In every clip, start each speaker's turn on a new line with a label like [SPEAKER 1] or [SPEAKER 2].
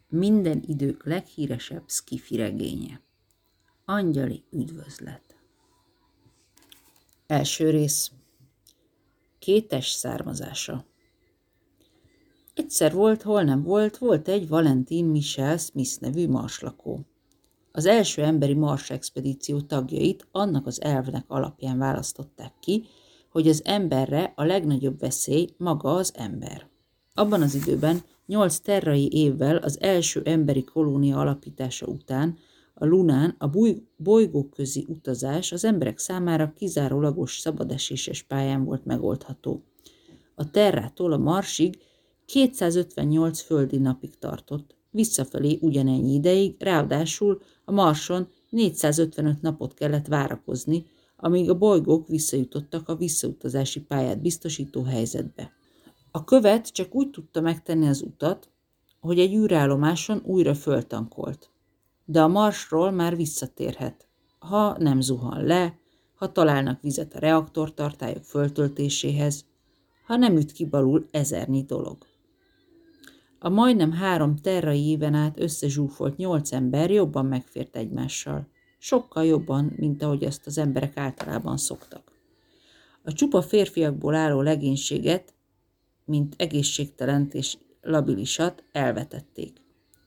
[SPEAKER 1] Minden idők leghíresebb szkifi regénye. Angyali üdvözlet. Első rész. Kétes származása. Egyszer volt, hol nem volt egy Valentin Michel Smith nevű marslakó. Az első emberi Mars expedíció tagjait annak az elvnek alapján választották ki, hogy az emberre a legnagyobb veszély maga az ember. Abban az időben, 8 terrai évvel az első emberi kolónia alapítása után a Lunán a bolygóközi utazás az emberek számára kizárólagos szabadeséses pályán volt megoldható. A Terrától a Marsig 258 földi napig tartott, visszafelé ugyanennyi ideig, ráadásul a Marson 455 napot kellett várakozni, amíg a bolygók visszajutottak a visszautazási pályát biztosító helyzetbe. A követ csak úgy tudta megtenni az utat, hogy egy űrállomáson újra föltankolt. De a Marsról már visszatérhet, ha nem zuhan le, ha találnak vizet a reaktortartályok föltöltéséhez, ha nem üt ki balul ezernyi dolog. A majdnem 3 terrai éven át összezsúfolt 8 ember jobban megfért egymással. Sokkal jobban, mint ahogy azt az emberek általában szoktak. A csupa férfiakból álló legénységet, mint egészségtelent és labilisat elvetették.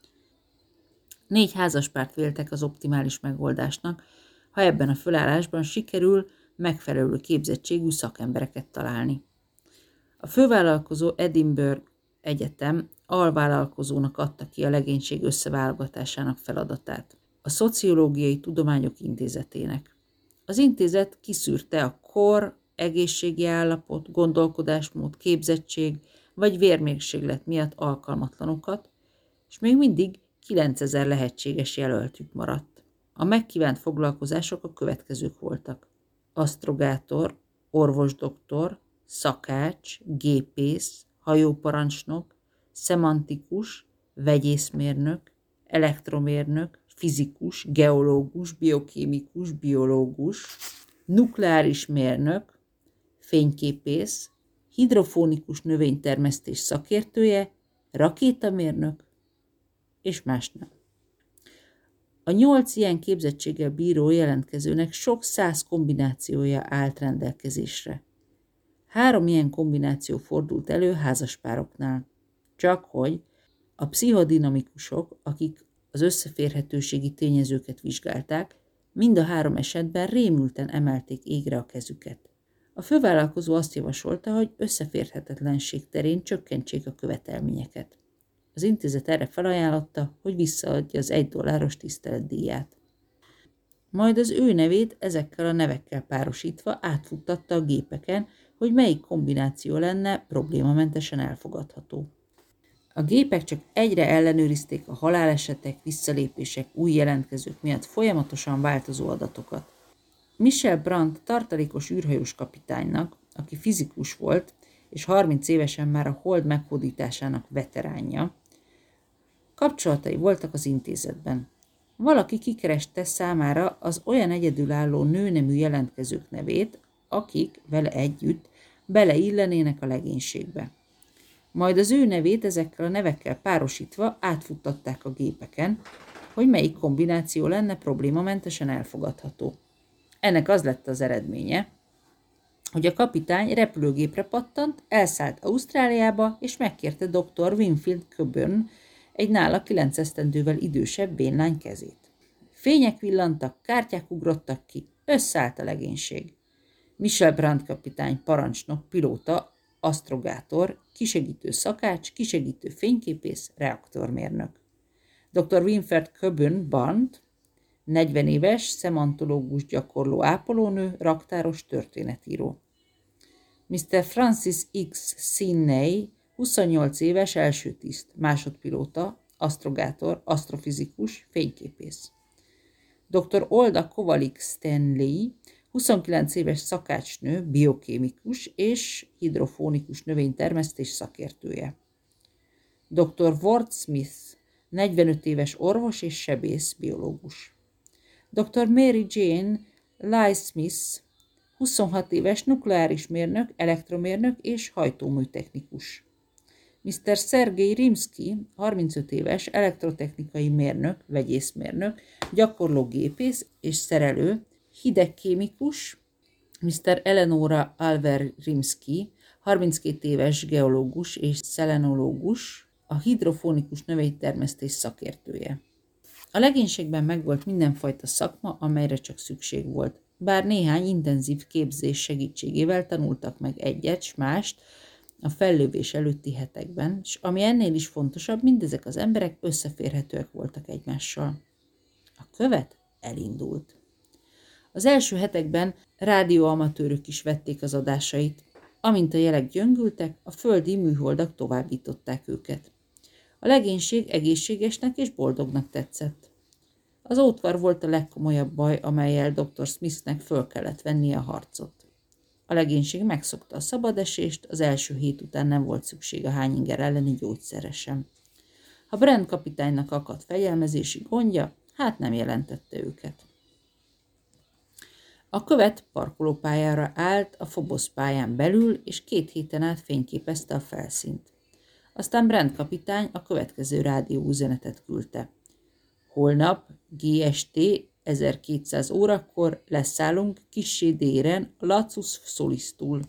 [SPEAKER 1] 4 házaspárt véltek az optimális megoldásnak, ha ebben a fölállásban sikerül megfelelő képzettségű szakembereket találni. A fővállalkozó Edinburgh Egyetem alvállalkozónak adta ki a legénység összeválogatásának feladatát, a Szociológiai Tudományok Intézetének. Az intézet kiszűrte a kor, egészségi állapot, gondolkodásmód, képzettség vagy vérmérséklet miatt alkalmatlanokat, és még mindig 9000 lehetséges jelöltük maradt. A megkívánt foglalkozások a következők voltak: asztrogátor, orvosdoktor, szakács, gépész, hajóparancsnok, szemantikus, vegyészmérnök, elektromérnök, fizikus, geológus, biokémikus, biológus, nukleáris mérnök, fényképész, hidrofónikus növénytermesztés szakértője, rakétamérnök, és más nem. A 8 ilyen képzettséggel bíró jelentkezőnek sok 100 kombinációja állt rendelkezésre. 3 ilyen kombináció fordult elő házaspároknál. Csak hogy a pszichodinamikusok, akik az összeférhetőségi tényezőket vizsgálták, mind a 3 esetben rémülten emelték égre a kezüket. A fővállalkozó azt javasolta, hogy összeférhetetlenség terén csökkentsék a követelményeket. Az intézet erre felajánlotta, hogy visszaadja az $1 tiszteletdíját. Majd az ő nevét ezekkel a nevekkel párosítva átfuttatta a gépeken, hogy melyik kombináció lenne problémamentesen elfogadható. A gépek csak egyre ellenőrizték a halálesetek, visszalépések, új jelentkezők miatt folyamatosan változó adatokat. Michel Brandt tartalékos űrhajós kapitánynak, aki fizikus volt, és 30 évesen már a hold meghódításának veteránja, kapcsolatai voltak az intézetben. Valaki kikereste számára az olyan egyedülálló nőnemű jelentkezők nevét, akik vele együtt beleillenének a legénységbe. Majd az ő nevét ezekkel a nevekkel párosítva átfuttatták a gépeken, hogy melyik kombináció lenne problémamentesen elfogadható. Ennek az lett az eredménye, hogy a kapitány repülőgépre pattant, elszállt Ausztráliába, és megkérte dr. Winfield Coburn, egy nála 9 esztendővel idősebb bénlány kezét. Fények villantak, kártyák ugrottak ki, összeállt a legénység. Michel Brandt kapitány, parancsnok, pilóta, asztrogátor, kisegítő szakács, kisegítő fényképész, reaktormérnök. Dr. Winfield Coburn Brandt, 40 éves, szemantológus gyakorló ápolónő, raktáros, történetíró. Mr. Francis X. Sidney, 28 éves, első tiszt, másodpilóta, asztrogátor, asztrofizikus, fényképész. Dr. Olda Kovalik Stanley, 29 éves szakácsnő, biokémikus és hidrofónikus növénytermesztés szakértője. Dr. Ward Smith, 45 éves orvos és sebész, biológus. Dr. Mary Jane Ly Smith, 26 éves nukleáris mérnök, elektromérnök és hajtóműtechnikus. Mr. Szergej Rimszky, 35 éves elektrotechnikai mérnök, vegyészmérnök, gyakorló gépész és szerelő, hidegkémikus, Mr. Eleonora Alver Rimszky, 32 éves geológus és szelenológus, a hidrofonikus növénytermesztés szakértője. A legénységben megvolt mindenfajta szakma, amelyre csak szükség volt. Bár néhány intenzív képzés segítségével tanultak meg egyet s mást a fellövés előtti hetekben, és ami ennél is fontosabb, mindezek az emberek összeférhetőek voltak egymással. A követ elindult. Az első hetekben rádióamatőrök is vették az adásait. Amint a jelek gyöngültek, a földi műholdak továbbították őket. A legénység egészségesnek és boldognak tetszett. Az ótvar volt a legkomolyabb baj, amellyel dr. Smithnek föl kellett vennie a harcot. A legénység megszokta a szabadesést, az első hét után nem volt szükség a hányinger elleni gyógyszerre sem. Ha Brand kapitánynak akadt fegyelmezési gondja, hát nem jelentette őket. A követ parkolópályára állt a Phobos pályán belül, és 2 héten át fényképezte a felszínt. Aztán Brand kapitány a következő rádióüzenetet küldte. Holnap GST 1200 órakor leszállunk kissé délen a Lacus Solistul.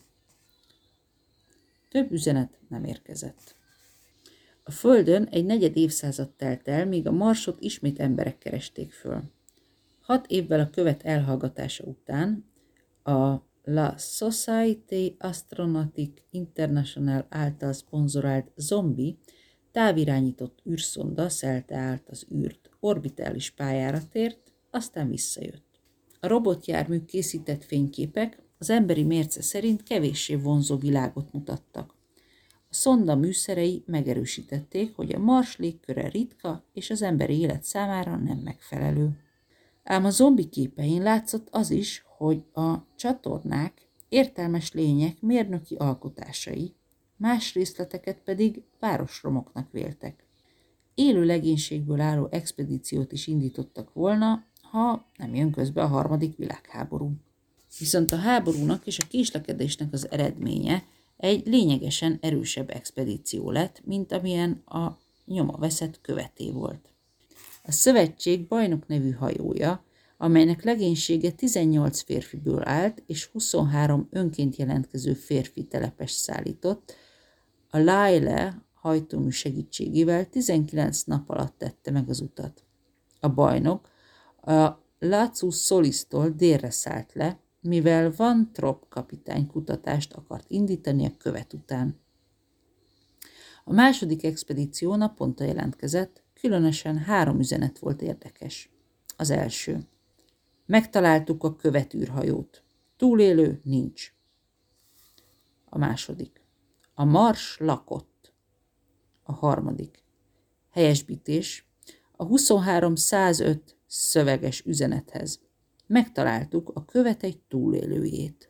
[SPEAKER 1] Több üzenet nem érkezett. A Földön egy negyed évszázad telt el, míg a Marsot ismét emberek keresték föl. 6 évvel a követ elhallgatása után a La Société Astronautique Internationale által szponzorált Zombie távirányított űrszonda szelte át az űrt, orbitális pályára tért, aztán visszajött. A robotjármű készített fényképek az emberi mérce szerint kevéssé vonzó világot mutattak. A szonda műszerei megerősítették, hogy a Mars légköre ritka és az emberi élet számára nem megfelelő. Ám a zombi képein látszott az is, hogy a csatornák értelmes lények mérnöki alkotásai, más részleteket pedig városromoknak véltek. Élő legénységből álló expedíciót is indítottak volna, ha nem jön közbe a 3. világháború. Viszont a háborúnak és a késlekedésnek az eredménye egy lényegesen erősebb expedíció lett, mint amilyen a nyoma veszett követé volt. A szövetség Bajnok nevű hajója, amelynek legénysége 18 férfiből állt, és 23 önként jelentkező férfi telepes szállított, a Lyle hajtómű segítségével 19 nap alatt tette meg az utat. A bajnok a Lacus Solistól délre szállt le, mivel Van Trop kapitány kutatást akart indítani a követ után. A második expedíció naponta jelentkezett, különösen 3 üzenet volt érdekes. Az első. Megtaláltuk a követűrhajót. Túlélő nincs. A második. A Mars lakott. A harmadik. Helyesbítés. A 23-105 szöveges üzenethez. Megtaláltuk a követ egy túlélőjét.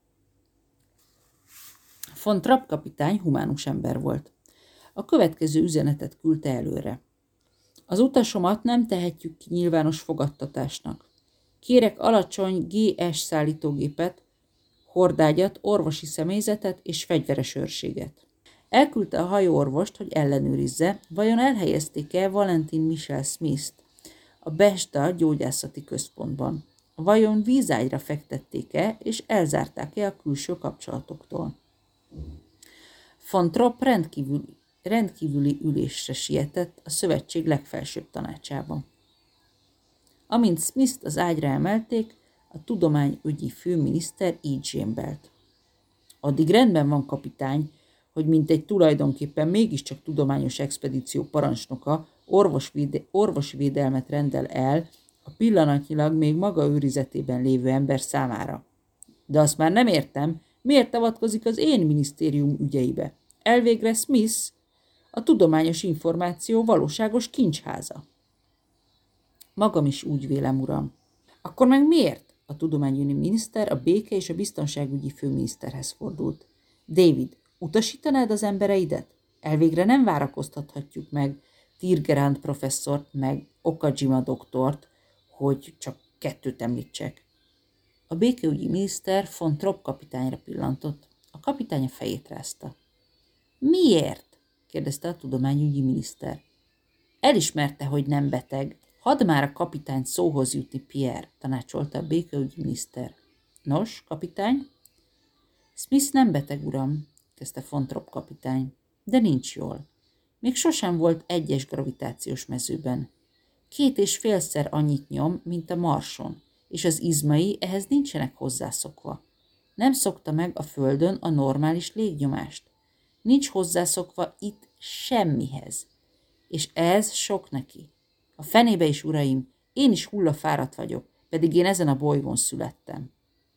[SPEAKER 1] Von Trapp kapitány humánus ember volt. A következő üzenetet küldte előre. Az utasomat nem tehetjük ki nyilvános fogadtatásnak. Kérek alacsony GS szállítógépet, hordágyat, orvosi személyzetet és fegyveres őrséget. Elküldte a hajóorvost, hogy ellenőrizze, vajon elhelyezték-e Valentin Michel Smith-t a Besda gyógyászati központban. Vajon vízágyra fektették-e és elzárták-e a külső kapcsolatoktól. Von Trapp rendkívüli ülésre sietett a szövetség legfelsőbb tanácsában. Amint Smith-t az ágyra emelték, a tudományügyi főminiszter E. Chambert. Addig rendben van, kapitány, hogy mintegy tulajdonképpen mégiscsak tudományos expedíció parancsnoka orvosi védelmet rendel el a pillanatnyilag még maga őrizetében lévő ember számára. De azt már nem értem, miért avatkozik az én minisztérium ügyeibe. Elvégre Smith a tudományos információ valóságos kincsháza. Magam is úgy vélem, uram. Akkor meg miért? A tudományügyi miniszter a béke és a biztonságügyi főminiszterhez fordult. David, utasítanád az embereidet? Elvégre nem várakoztathatjuk meg Tirgerand professzort, meg Okajima doktort, hogy csak 2 említsek. A békeügyi miniszter von Trapp kapitányra pillantott. A kapitány a fejét rázta. Miért? kérdezte a tudományügyi miniszter. Elismerte, hogy nem beteg. Hadd már a kapitányt szóhoz jutni, Pierre, tanácsolta a békeügyi miniszter. Nos, kapitány? Smith nem beteg, uram, kezdte von Trapp kapitány, de nincs jól. Még sosem volt egyes gravitációs mezőben. 2,5-szer annyit nyom, mint a Marson, és az izmai ehhez nincsenek hozzászokva. Nem szokta meg a Földön a normális légnyomást. Nincs hozzászokva itt semmihez. És ez sok neki. A fenébe is, uraim, én is hullafáradt vagyok, pedig én ezen a bolygón születtem.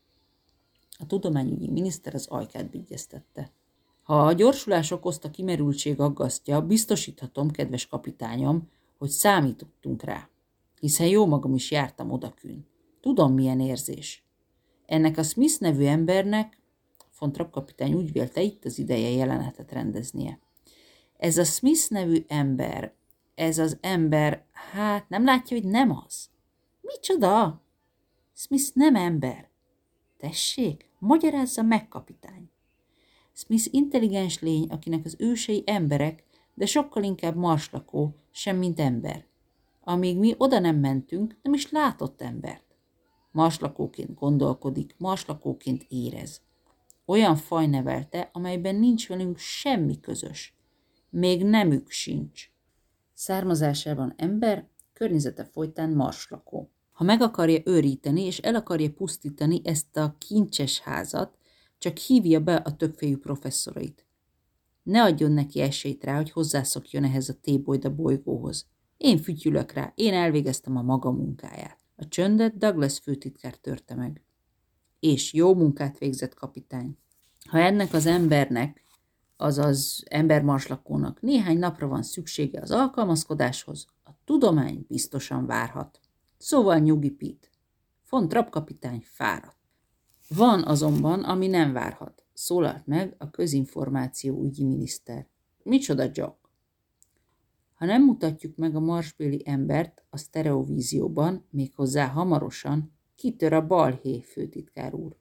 [SPEAKER 1] A tudományügyi miniszter az ajkát bigyeztette. Ha a gyorsulás okozta kimerültség aggasztja, biztosíthatom, kedves kapitányom, hogy számítottunk rá, hiszen jó magam is jártam odakün. Tudom, milyen érzés. Ennek a Smith nevű embernek, von Trapp kapitány úgy vélte, itt az ideje jelenetet rendeznie. Ez a Smith nevű ember, ez az ember, hát nem látja, hogy nem az. Micsoda? Smith nem ember. Tessék, magyarázza meg, kapitány. Smith intelligens lény, akinek az ősei emberek, de sokkal inkább marslakó, semmint ember. Amíg mi oda nem mentünk, nem is látott embert. Marslakóként gondolkodik, marslakóként érez. Olyan faj nevelte, amelyben nincs velünk semmi közös. Még nemük sincs. Származásában ember, környezete folytán marslakó. Ha meg akarja őríteni és el akarja pusztítani ezt a kincses házat, csak hívja be a többfejű professzorait. Ne adjon neki esélyt rá, hogy hozzászokjon ehhez a tébolyda bolygóhoz. Én fütyülök rá, én elvégeztem a maga munkáját. A csöndet Douglas főtitkár törte meg. És jó munkát végzett, kapitány. Ha ennek az embernek, azaz embermarslakónak néhány napra van szüksége az alkalmazkodáshoz, a tudomány biztosan várhat. Szóval nyugi, Pete. Von Trapp kapitány fáradt. Van azonban, ami nem várhat, szólalt meg a közinformáció ügyi miniszter. Micsoda, Jock? Ha nem mutatjuk meg a marsbéli embert a sztereovízióban, méghozzá hamarosan, kitör a balhé, főtitkár úr.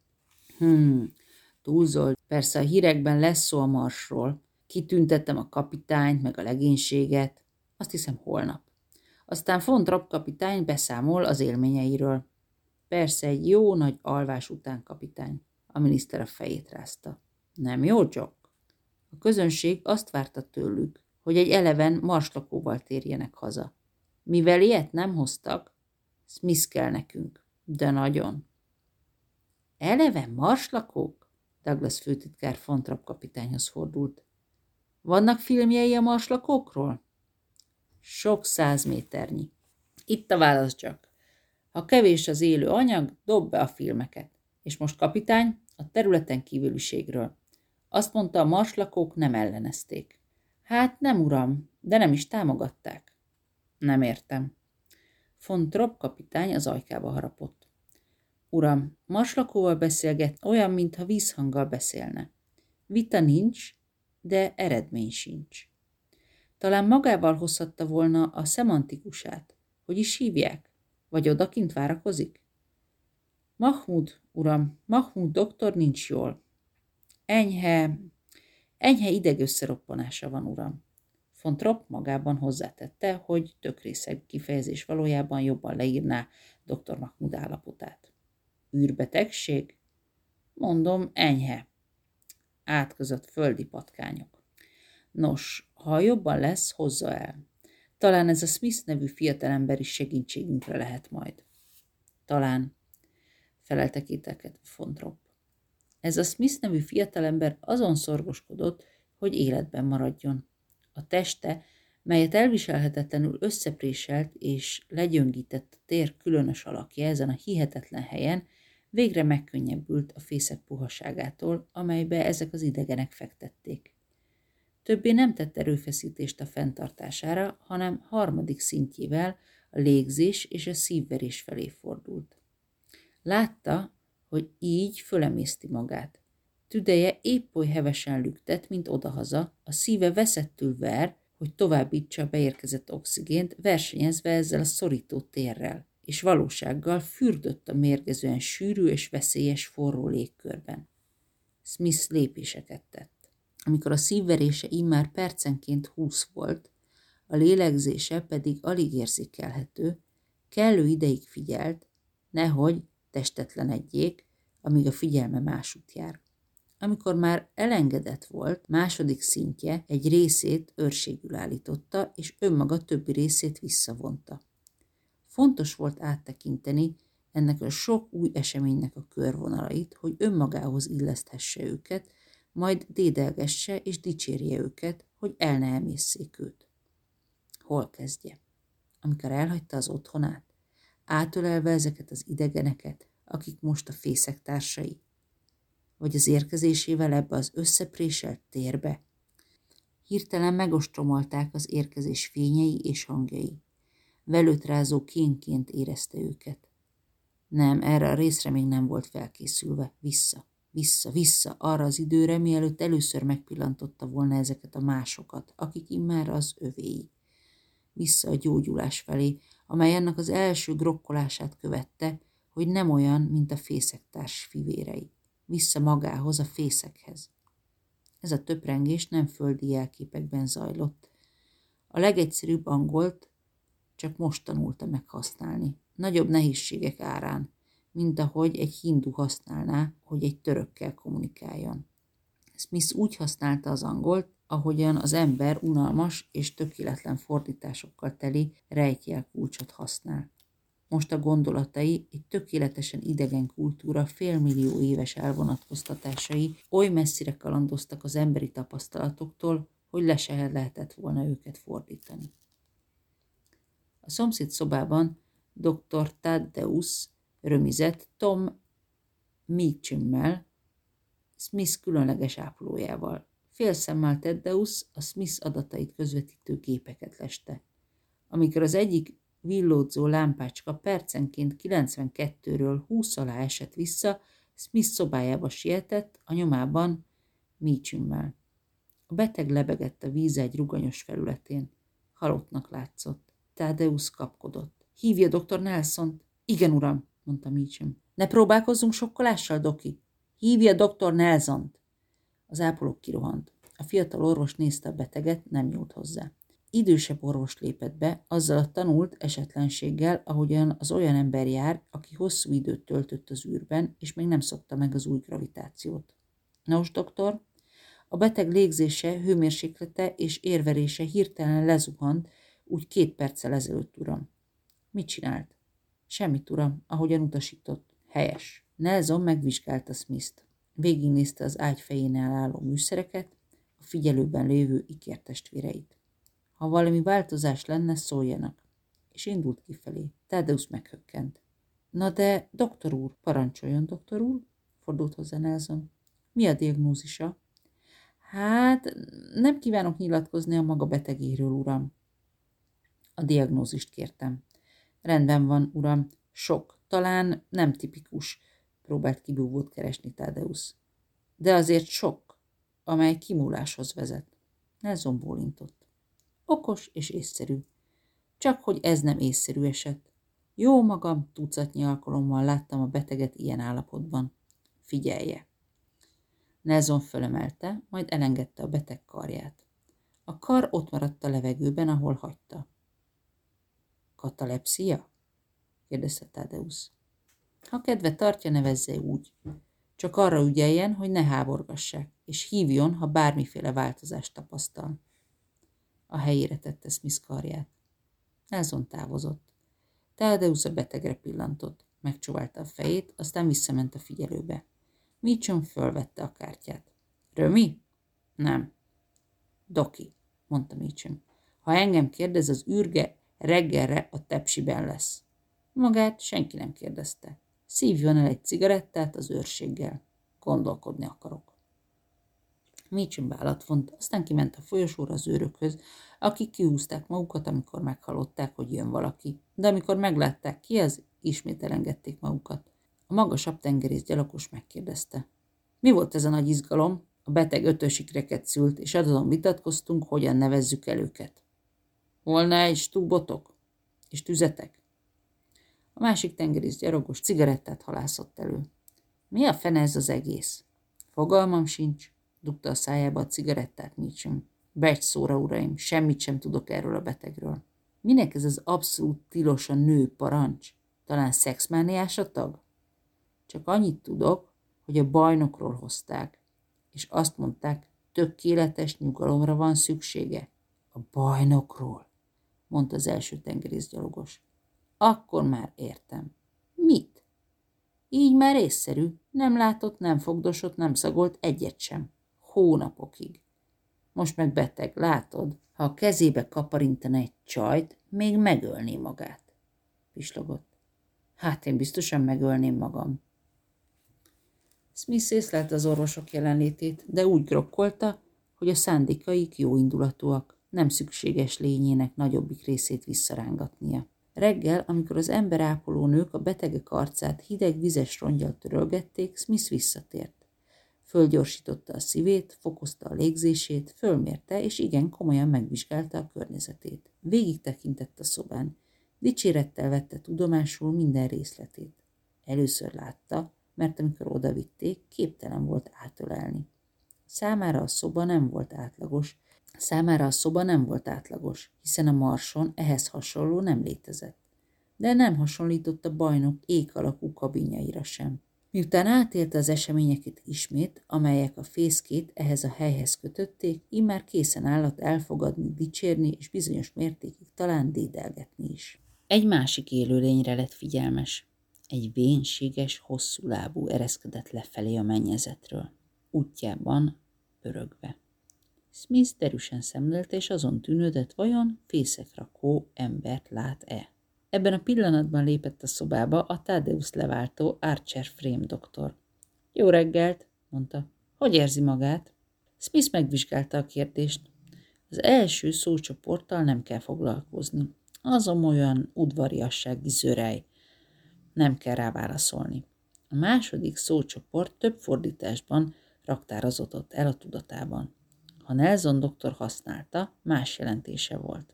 [SPEAKER 1] Túlzol, persze a hírekben lesz szó a Marsról. Kitüntettem a kapitányt, meg a legénységet. Azt hiszem holnap. Aztán von Trapp kapitány beszámol az élményeiről. Persze egy jó nagy alvás után, kapitány. A miniszter a fejét rázta. Nem jó, Jock? A közönség azt várta tőlük, hogy egy eleven marslakóval térjenek haza. Mivel ilyet nem hoztak, Smith kell nekünk. De nagyon. Eleven marslakók? Douglas főtitkár von Trapp kapitányhoz fordult. Vannak filmjei a marslakókról? Sok 100 méternyi. Itt a válasz, Jack. Ha kevés az élő anyag, dob be a filmeket. És most, kapitány, a területen kívüliségről. Azt mondta, a marslakók nem ellenezték. Hát nem, uram, de nem is támogatták. Nem értem. Von Trapp kapitány az ajkába harapott. Uram, marslakóval beszélget olyan, mintha vízhanggal beszélne. Vita nincs, de eredmény sincs. Talán magával hozhatta volna a szemantikusát. Hogy is hívják? Vagy odakint várakozik? Mahmud, uram, Mahmud doktor nincs jól. Enyhe idegösszeroppanása van, uram. Von Trapp magában hozzátette, hogy tökrészeg kifejezés valójában jobban leírná dr. Mahmud állapotát. Űrbetegség? Mondom, enyhe. Átközött földi patkányok. Nos, ha jobban lesz, hozza el. Talán ez a Smith nevű fiatalember is segítségünkre lehet majd. Talán, felelte kételkedve von Trapp. Ez a Smith nevű fiatalember azon szorgoskodott, hogy életben maradjon. A teste, melyet elviselhetetlenül összepréselt és legyöngített a tér különös alakja ezen a hihetetlen helyen, végre megkönnyebbült a fészek puhaságától, amelybe ezek az idegenek fektették. Többé nem tett erőfeszítést a fenntartására, hanem harmadik szintjével a légzés és a szívverés felé fordult. Látta, hogy így fölemészti magát. Tüdeje épp oly hevesen lüktet, mint odahaza, a szíve veszettül ver, hogy továbbítsa a beérkezett oxigént, versenyezve ezzel a szorító térrel, és valósággal fürdött a mérgezően sűrű és veszélyes forró légkörben. Smith lépéseket tett. Amikor a szívverése immár percenként 20 volt, a lélegzése pedig alig érzékelhető, kellő ideig figyelt, nehogy testetlenedjék, amíg a figyelme másút jár. Amikor már elengedett volt, második szintje egy részét őrségül állította, és önmaga többi részét visszavonta. Fontos volt áttekinteni ennek a sok új eseménynek a körvonalait, hogy önmagához illeszthesse őket, majd dédelgesse és dicsérje őket, hogy el ne emészszék őt. Hol kezdje? Amikor elhagyta az otthonát, átölelve ezeket az idegeneket, akik most a fészek társai, vagy az érkezésével ebbe az összepréselt térbe. Hirtelen megostromolták az érkezés fényei és hangjai. Velőtrázó kénként érezte őket. Nem, erre a részre még nem volt felkészülve. Vissza, arra az időre, mielőtt először megpillantotta volna ezeket a másokat, akik immár az övéi. Vissza a gyógyulás felé, amely annak az első grokkolását követte, hogy nem olyan, mint a fészektárs fivérei. Vissza magához, a fészekhez. Ez a töprengés nem földi jelképekben zajlott. A legegyszerűbb angolt csak most tanulta meg használni, nagyobb nehézségek árán, mint ahogy egy hindu használná, hogy egy törökkel kommunikáljon. Smith úgy használta az angolt, ahogyan az ember unalmas és tökéletlen fordításokkal teli rejtjelkulcsot használ. Most a gondolatai egy tökéletesen idegen kultúra félmillió éves elvonatkoztatásai oly messzire kalandoztak az emberi tapasztalatoktól, hogy le se lehetett volna őket fordítani. A szomszéd szobában dr. Thaddeus römizett Tom Meachemmel, Smith különleges ápolójával. Félszemmel Thaddeus a Smith adatait közvetítő gépeket leste. Amikor az egyik villódzó lámpácska percenként 92-ről 20 alá esett vissza, Smith szobájába sietett, a nyomában Meachemmel. A beteg lebegett a víz egy ruganyos felületén. Halottnak látszott. Thaddeus kapkodott. Hívja dr. Nelsont. Igen, uram, mondta Meacham. Ne próbálkozzunk sokkolással, doki. Hívja dr. Nelsont. Az ápoló kirohant. A fiatal orvos nézte a beteget, nem nyúlt hozzá. Idősebb orvos lépett be, azzal a tanult esetlenséggel, ahogyan az olyan ember jár, aki hosszú időt töltött az űrben, és még nem szokta meg az új gravitációt. Nos, doktor, a beteg légzése, hőmérséklete és érverése hirtelen lezuhant, úgy 2 perccel ezelőtt, uram. Mit csinált? Semmit, uram, ahogyan utasított. Helyes. Nelson megvizsgálta Smith-t. Végignézte az ágy fejénél álló műszereket, a figyelőben lévő ikértestvéreit. Ha valami változás lenne, szóljanak. És indult kifelé. Thaddeus meghökkent. Na de, doktor úr, parancsoljon, doktor úr, fordult hozzá Nelson. Mi a diagnózisa? Hát, nem kívánok nyilatkozni a maga betegéről, uram. A diagnózist kértem. Rendben van, uram, sok, talán nem tipikus, próbált kibúvót keresni Thaddeus. De azért sok, amely kimúláshoz vezet. Nelson bólintott. Okos és észszerű. Csak hogy ez nem észszerű eset. Jó magam, tucatnyi alkalommal láttam a beteget ilyen állapotban. Figyelje! Nelson fölemelte, majd elengedte a beteg karját. A kar ott maradt a levegőben, ahol hagyta. Katalepszia? Kérdezte Thaddeus. Ha kedve tartja, nevezze úgy. Csak arra ügyeljen, hogy ne háborgassák, és hívjon, ha bármiféle változást tapasztal. A helyére tette Smith karját. Nelson távozott. Thaddeus a betegre pillantott, megcsóválta a fejét, aztán visszament a figyelőbe. Meacham fölvette a kártyát. Römi? Nem. Doki, mondta Meacham. Ha engem kérdez, az űrge reggelre a tepsiben lesz. Magát senki nem kérdezte. Szívjon el egy cigarettát az őrséggel. Gondolkodni akarok. Meacham vállat vont, aztán kiment a folyosóra az őrökhöz, akik kihúzták magukat, amikor meghallották, hogy jön valaki. De amikor meglátták ki, az ismét elengedték magukat. A magasabb tengerészgyalogos megkérdezte. Mi volt ez a nagy izgalom? A beteg ötösikreket szült, és azon vitatkoztunk, hogyan nevezzük el őket. Volna egy stúbotok? És tüzetek? A másik tengerészgyalogos cigarettát halászott elő. Mi a fene ez az egész? Fogalmam sincs. dugta a szájába a cigarettát Meacham. Becs szóra, uraim, semmit sem tudok erről a betegről. Minek ez az abszolút tilos a nő parancs? Talán szexmániás a tag? Csak annyit tudok, hogy a bajnokról hozták, és azt mondták, tökéletes nyugalomra van szüksége. A bajnokról, mondta az első tengerészgyalogos. Akkor már értem. Mit? Így már észszerű, nem látott, nem fogdosott, nem szagolt egyet sem. Hónapokig. Most meg beteg, látod? Ha a kezébe kaparintana egy csajt, még megölné magát. Pislogott. Hát én biztosan megölném magam. Smith észlelte az orvosok jelenlétét, de úgy grokkolta, hogy a szándékaik jóindulatúak, nem szükséges lényének nagyobbik részét visszarángatnia. Reggel, amikor az emberápolónők a betegek arcát hideg vizes rongyal törölgették, Smith visszatért. Fölgyorsította a szívét, fokozta a légzését, fölmérte, és igen komolyan megvizsgálta a környezetét. Végig tekintett a szobán. Dicsérettel vette tudomásul minden részletét. Először látta, mert amikor odavitték, képtelen volt átölelni. Számára a szoba nem volt átlagos, hiszen a Marson ehhez hasonló nem létezett. De nem hasonlított a bajnok ék alakú kabinjaira sem. Miután átélte az eseményeket ismét, amelyek a fészkét ehhez a helyhez kötötték, immár készen állat elfogadni, dicsérni és bizonyos mértékig talán dédelgetni is. Egy másik élőlényre lett figyelmes. Egy vénséges, hosszú lábú ereszkedett lefelé a mennyezetről, útjában pörögve. Smith derűsen szemlélte, és azon tűnődött, vajon fészekrakó embert lát-e. Ebben a pillanatban lépett a szobába a Thaddeus leváltó Archer Frame doktor. Jó reggelt, mondta. Hogy érzi magát? Smith megvizsgálta a kérdést. Az első szócsoporttal nem kell foglalkozni. Azon olyan udvariassági zörej. Nem kell rá válaszolni. A második szócsoport több fordításban raktározódott el a tudatában. Ha Nelson doktor használta, más jelentése volt.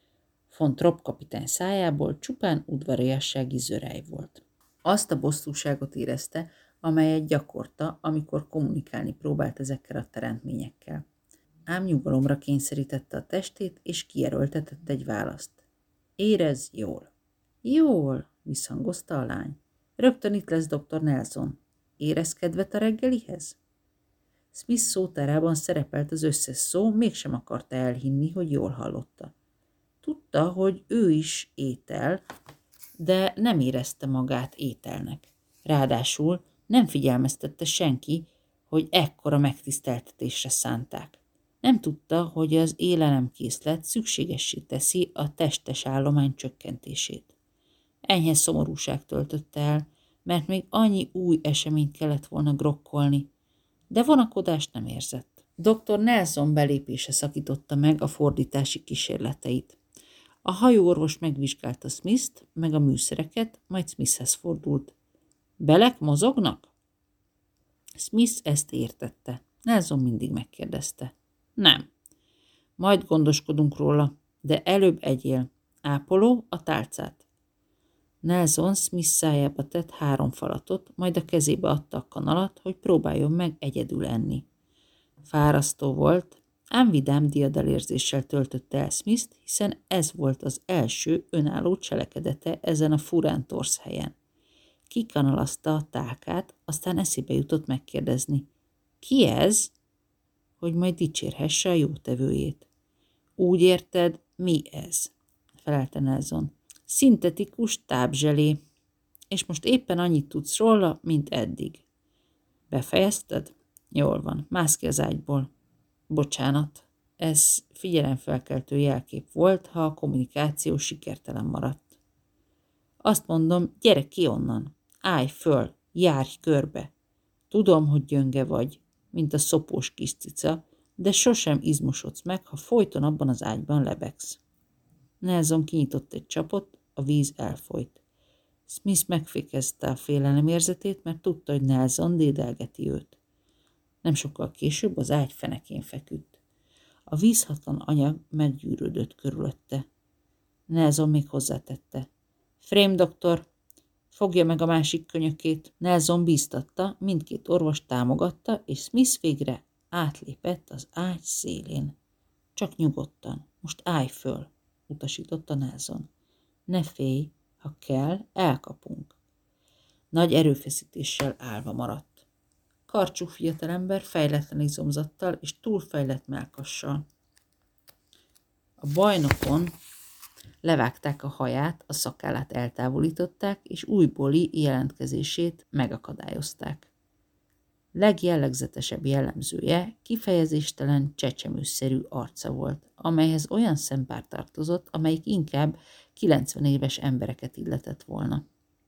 [SPEAKER 1] Von Trapp kapitány szájából csupán udvariassági zörej volt. Azt a bosszúságot érezte, amelyet gyakorta, amikor kommunikálni próbált ezekkel a teremtményekkel. Ám nyugalomra kényszerítette a testét, és kijelöltetett egy választ. Érez jól. Jól, visszhangozta a lány. Rögtön itt lesz dr. Nelson. Érez kedvet a reggelihez? Smith szótárában szerepelt az összes szó, mégsem akarta elhinni, hogy jól hallotta. Tudta, hogy ő is étel, de nem érezte magát ételnek. Ráadásul nem figyelmeztette senki, hogy ekkora megtiszteltetésre szánták. Nem tudta, hogy az élelemkészlet szükségessé teszi a testes állomány csökkentését. Enyhe szomorúság töltötte el, mert még annyi új eseményt kellett volna grokkolni, de vonakodást nem érzett. Dr. Nelson belépése szakította meg a fordítási kísérleteit. A hajóorvos megvizsgálta Smith-t, meg a műszereket, majd Smithhez fordult. Belek mozognak? Smith ezt értette. Nelson mindig megkérdezte. Nem. Majd gondoskodunk róla, de előbb egyél. Ápoló, a tálcát. Nelson Smith szájába tett 3 falatot, majd a kezébe adta a kanalat, hogy próbáljon meg egyedül enni. Fárasztó volt, ám vidám diadalérzéssel töltötte el Smith-t, hiszen ez volt az első önálló cselekedete ezen a furán torz helyen. Kikanalazta a tálkát, aztán eszébe jutott megkérdezni. Ki ez? Hogy majd dicsérhesse a jótevőjét. Úgy érted, mi ez? Felelte Nelson. Szintetikus tápzselé, és most éppen annyit tudsz róla, mint eddig. Befejezted? Jól van, mász ki az ágyból. Bocsánat, ez figyelemfelkeltő jelkép volt, ha a kommunikáció sikertelen maradt. Azt mondom, gyere ki onnan, állj föl, járj körbe. Tudom, hogy gyönge vagy, mint a szopós kis cica, de sosem izmosodsz meg, ha folyton abban az ágyban lebegsz. Nelson kinyitott egy csapot, a víz elfolyt. Smith megfékezte a félelem érzetét, mert tudta, hogy Nelson dédelgeti őt. Nem sokkal később az ágy fenekén feküdt. A vízhatlan anyag meggyűrődött körülötte. Nelson még hozzátette. Frame doktor, fogja meg a másik könyökét. Nelson bíztatta, mindkét orvos támogatta, és Smith végre átlépett az ágy szélén. Csak nyugodtan, most állj föl, utasította Nelson. Ne félj, ha kell, elkapunk. Nagy erőfeszítéssel állva maradt. Karcsú fiatalember fejletlen izomzattal és túlfejlett mellkassal. A bajnokon levágták a haját, a szakállát eltávolították, és újbóli jelentkezését megakadályozták. Legjellegzetesebb jellemzője kifejezéstelen, csecsemőszerű arca volt, amelyhez olyan szempár tartozott, amelyik inkább 90 éves embereket illetett volna.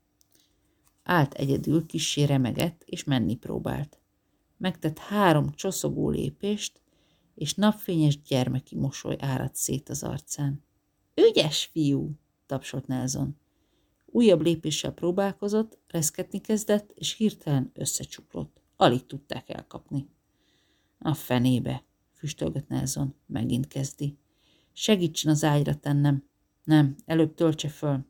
[SPEAKER 1] Állt egyedül, kissé remegett, és menni próbált. Megtett 3 csoszogó lépést, és napfényes gyermeki mosoly áradt szét az arcán. Ügyes fiú, tapsolt Nelson. Újabb lépéssel próbálkozott, reszketni kezdett, és hirtelen összecsuklott. Alig tudták elkapni. A fenébe, füstölgött Nelson, megint kezdi. Segítsen az ágyra tennem. Nem, előbb töltse föl.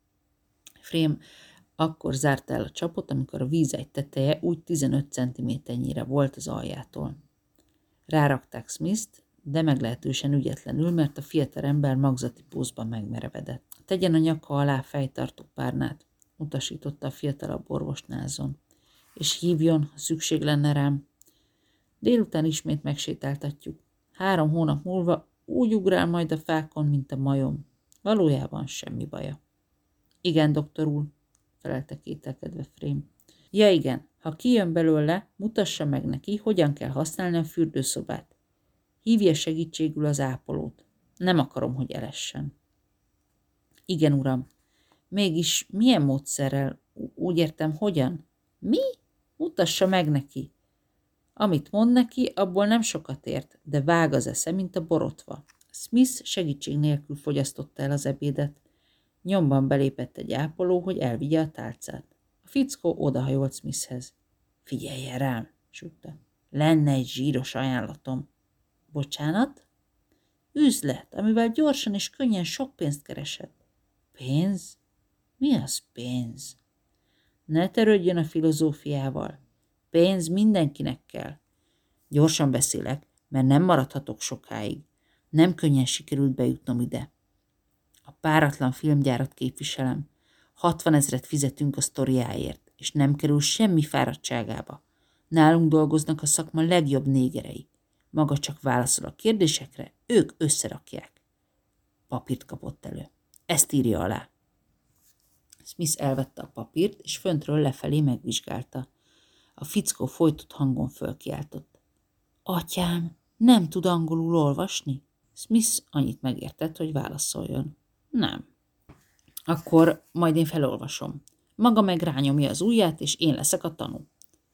[SPEAKER 1] Frame akkor zárta el a csapot, amikor a vízegy teteje úgy 15 cm-nyire volt az aljától. Rárakták Smitht, de meglehetősen ügyetlenül, mert a fiatal ember magzati pózban megmerevedett. Tegyen a nyaka alá fejtartó párnát, utasította a fiatalabb orvos Nelson, és hívjon, ha szükség lenne rám. Délután ismét megsétáltatjuk. 3 hónap múlva úgy ugrál majd a fákon, mint a majom. Valójában semmi baja. Igen, doktor úr, felelte kételkedve Frame. Ja igen, ha kijön belőle, mutassa meg neki, hogyan kell használni a fürdőszobát. Hívja segítségül az ápolót. Nem akarom, hogy elessen. Igen, uram. Mégis milyen módszerrel? Úgy értem, hogyan? Mi? Mutassa meg neki. Amit mond neki, abból nem sokat ért, de vág az esze, mint a borotva. Smith segítség nélkül fogyasztotta el az ebédet. Nyomban belépett egy ápoló, hogy elvigye a tálcát. A fickó odahajolt Smithhez. Figyeljen rám, súgta. Lenne egy zsíros ajánlatom. Bocsánat? Üzlet, amivel gyorsan és könnyen sok pénzt keresett. Pénz? Mi az pénz? Ne törődjön a filozófiával. Pénz mindenkinek kell. Gyorsan beszélek, mert nem maradhatok sokáig. Nem könnyen sikerült bejutnom ide. A páratlan filmgyárat képviselem. 60 000 fizetünk a sztoriáért, és nem kerül semmi fáradtságába. Nálunk dolgoznak a szakma legjobb négerei. Maga csak válaszol a kérdésekre, ők összerakják. Papírt kapott elő. Ezt írja alá. Smith elvette a papírt, és föntről lefelé megvizsgálta. A fickó folytott hangon fölkiáltott. Atyám, nem tud angolul olvasni? Smith annyit megértett, hogy válaszoljon. Nem. Akkor majd én felolvasom. Maga meg rányomja az ujját, és én leszek a tanú.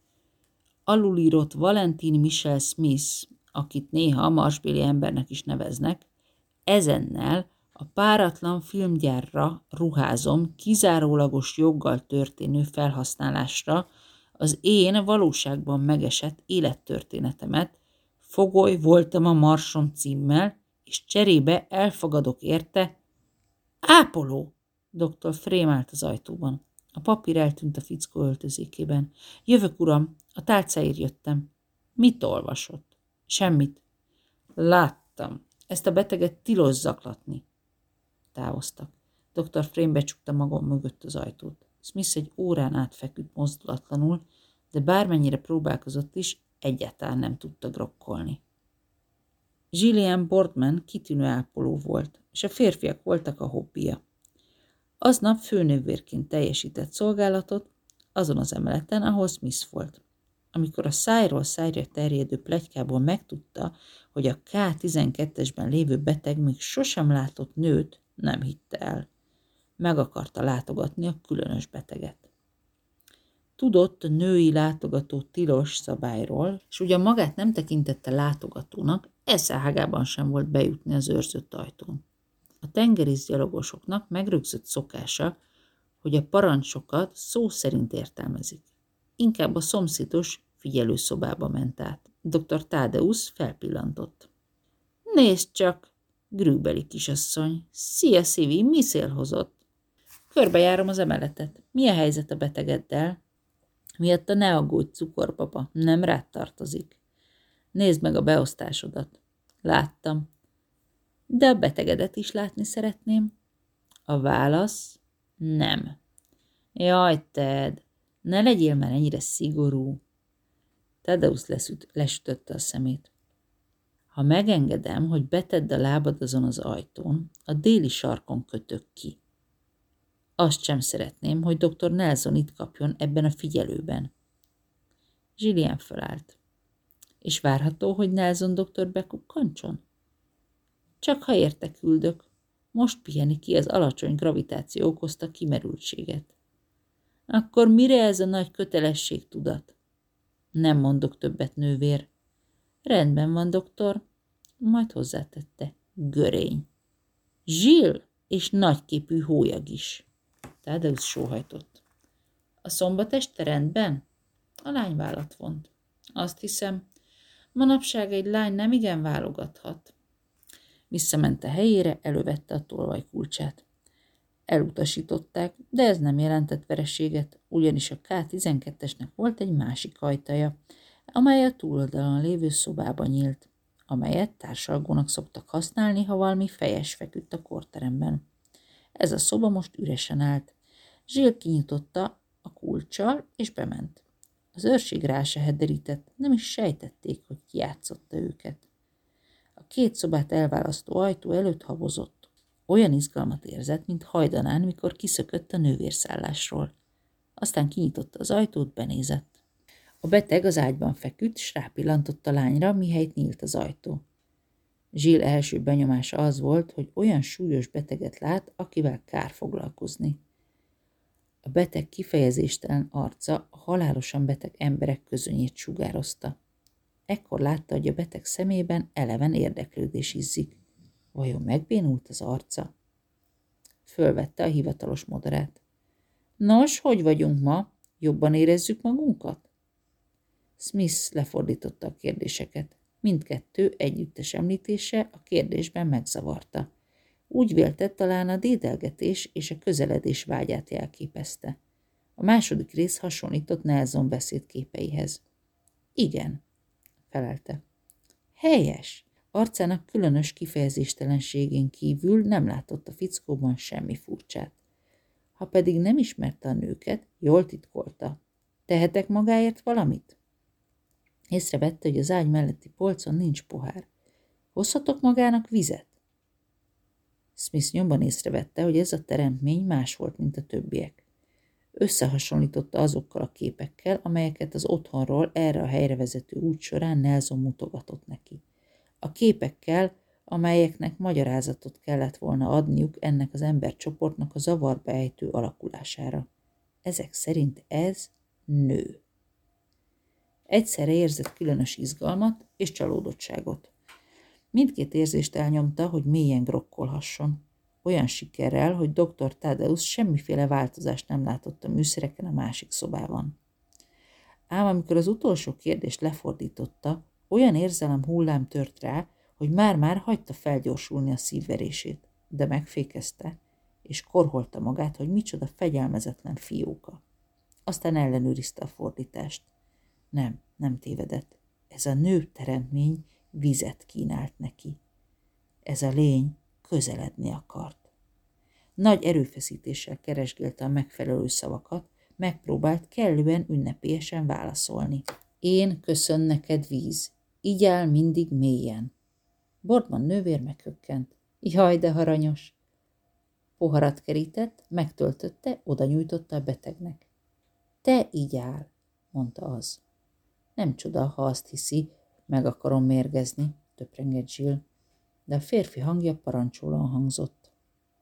[SPEAKER 1] Alulírott Valentin Michel Smith, akit néha a marsbéli embernek is neveznek, ezennel a páratlan filmgyárra ruházom kizárólagos joggal történő felhasználásra az én valóságban megesett élettörténetemet, Fogoly voltam a Marson címmel, és cserébe elfogadok érte ápoló! Dr. Frame állt az ajtóban. A papír eltűnt a fickó öltözékében. Jövök, uram, a tálcáért jöttem. Mit olvasott? Semmit. Láttam. Ezt a beteget tilos zaklatni. Távoztak. Dr. Frame becsukta magam mögött az ajtót. Smith egy órán át feküdt mozdulatlanul, de bármennyire próbálkozott is, egyáltalán nem tudta grokkolni. Gillian Boardman kitűnő ápoló volt, és a férfiak voltak a hobbija. Aznap főnővérként teljesített szolgálatot azon az emeleten, ahol Smith volt. Amikor a szájról szájra terjedő pletykából megtudta, hogy a K12-esben lévő beteg még sosem látott nőt, nem hitte el. Meg akarta látogatni a különös beteget. Tudott a női látogató tilos szabályról, és ugyan magát nem tekintette látogatónak, eszágában sem volt bejutni az őrzött ajtón. A tengerészgyalogosoknak megrögzött szokása, hogy a parancsokat szó szerint értelmezik. Inkább a szomszédos figyelőszobába ment át. Dr. Thaddeus felpillantott. Nézd csak, grűbeli kisasszony. Szia, Szívi, mi szél hozott? Körbejárom az emeletet. Mi a helyzet a betegeddel? Miatta ne aggódj, cukorbaba, nem rád tartozik. Nézd meg a beosztásodat. Láttam. De a betegedet is látni szeretném. A válasz nem. Jaj, Ted, ne legyél már ennyire szigorú. Tadeusz lesütötte a szemét. Ha megengedem, hogy betedd a lábad azon az ajtón, a déli sarkon kötök ki. Azt sem szeretném, hogy dr. Nelson itt kapjon ebben a figyelőben. Julien felállt. És várható, hogy Nelson doktor bekukkancson? Csak ha érte küldök. Most piheni ki az alacsony gravitáció okozta kimerültséget. Akkor mire ez a nagy kötelességtudat? Nem mondok többet, nővér. Rendben van, doktor. Majd hozzátette. Görény. Zsill és nagyképű hólyag is. Tadeusz sóhajtott. A szombat este rendben? A lány vállat vont. Azt hiszem, manapság egy lány nem igen válogathat. Visszament a helyére, elővette a tolvajkulcsát. Elutasították, de ez nem jelentett vereséget, ugyanis a K12-esnek volt egy másik ajtaja, amely a túloldalon lévő szobában nyílt, amelyet társalgónak szoktak használni, ha valami fejes feküdt a kórteremben. Ez a szoba most üresen állt. Zsill kinyitotta a kulccsal, és bement. Az őrség rá se hederített, nem is sejtették, hogy ki játszotta őket. A két szobát elválasztó ajtó előtt habozott. Olyan izgalmat érzett, mint hajdanán, mikor kiszökött a nővérszállásról. Aztán kinyitotta az ajtót, benézett. A beteg az ágyban feküdt, s rápillantott a lányra, mihelyt nyílt az ajtó. Zsill első benyomása az volt, hogy olyan súlyos beteget lát, akivel kár foglalkozni. A beteg kifejezéstelen arca a halálosan beteg emberek közönyét sugározta. Ekkor látta, hogy a beteg szemében eleven érdeklődés izzik. Vajon megbénult az arca? Fölvette a hivatalos modorát. Nos, hogy vagyunk ma? Jobban érezzük magunkat? Smith lefordította a kérdéseket. Mindkettő együttes említése a kérdésben megzavarta. Úgy vélte, talán a dédelgetés és a közeledés vágyát jelképezte. A második rész hasonlított Nelson beszédképeihez. Igen, felelte. Helyes! Arcának különös kifejezéstelenségén kívül nem látott a fickóban semmi furcsát. Ha pedig nem ismerte a nőket, jól titkolta. Tehetek magáért valamit? Észrevette, hogy az ágy melletti polcon nincs pohár. Hozhatok magának vizet? Smith nyomban észrevette, hogy ez a teremtmény más volt, mint a többiek. Összehasonlította azokkal a képekkel, amelyeket az otthonról erre a helyre vezető út során Nelson mutogatott neki. A képekkel, amelyeknek magyarázatot kellett volna adniuk ennek az embercsoportnak a zavarba ejtő alakulására. Ezek szerint ez nő. Egyszerre érzett különös izgalmat és csalódottságot. Mindkét érzést elnyomta, hogy mélyen grokkolhasson. Olyan sikerrel, hogy dr. Tadeusz semmiféle változást nem látott a műszereken a másik szobában. Ám amikor az utolsó kérdést lefordította, olyan érzelem hullám tört rá, hogy már-már hagyta felgyorsulni a szívverését, de megfékezte, és korholta magát, hogy micsoda fegyelmezetlen fióka. Aztán ellenőrizte a fordítást. Nem tévedett. Ez a nő teremtmény vizet kínált neki. Ez a lény közeledni akart. Nagy erőfeszítéssel keresgélte a megfelelő szavakat, megpróbált kellően ünnepélyesen válaszolni. Én köszön neked víz, így áll mindig mélyen. Boardman nővér meghökkent. Jaj, de aranyos! Poharat kerített, megtöltötte, oda nyújtotta a betegnek. Te így áll, mondta az. Nem csoda, ha azt hiszi, meg akarom mérgezni, töprengett Zsill, de a férfi hangja parancsolóan hangzott.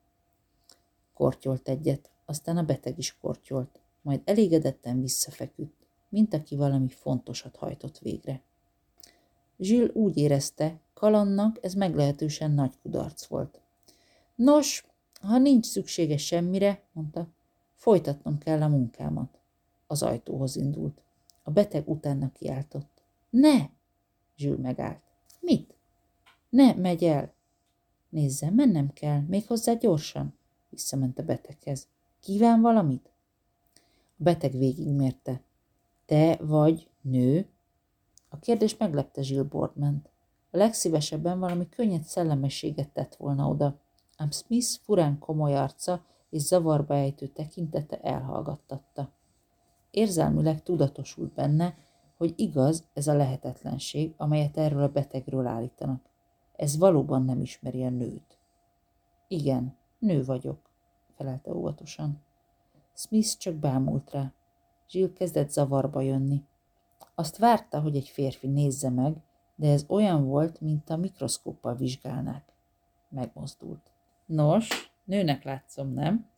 [SPEAKER 1] Kortyolt egyet, aztán a beteg is kortyolt, majd elégedetten visszafeküdt, mint aki valami fontosat hajtott végre. Zsill úgy érezte, kalannak ez meglehetősen nagy kudarc volt. Nos, ha nincs szüksége semmire, mondta, folytatnom kell a munkámat. Az ajtóhoz indult. A beteg utána kiáltott. Ne! Zsill megállt. Mit? Ne, megy el! Nézze, mennem kell, méghozzá gyorsan. Visszament a beteghez. Kíván valamit? A beteg végigmérte. Te vagy nő? A kérdés meglepte Jill Boardman-t. A legszívesebben valami könnyed szellemességet tett volna oda, ám Smith furán komoly arca és zavarba ejtő tekintete elhallgattatta. Érzelmileg tudatosult benne, hogy igaz ez a lehetetlenség, amelyet erről a betegről állítanak. Ez valóban nem ismeri a nőt. Igen, nő vagyok, felelte óvatosan. Smith csak bámult rá. Jill kezdett zavarba jönni. Azt várta, hogy egy férfi nézze meg, de ez olyan volt, mint a mikroszkóppal vizsgálnák. Megmozdult. Nos, nőnek látszom, nem?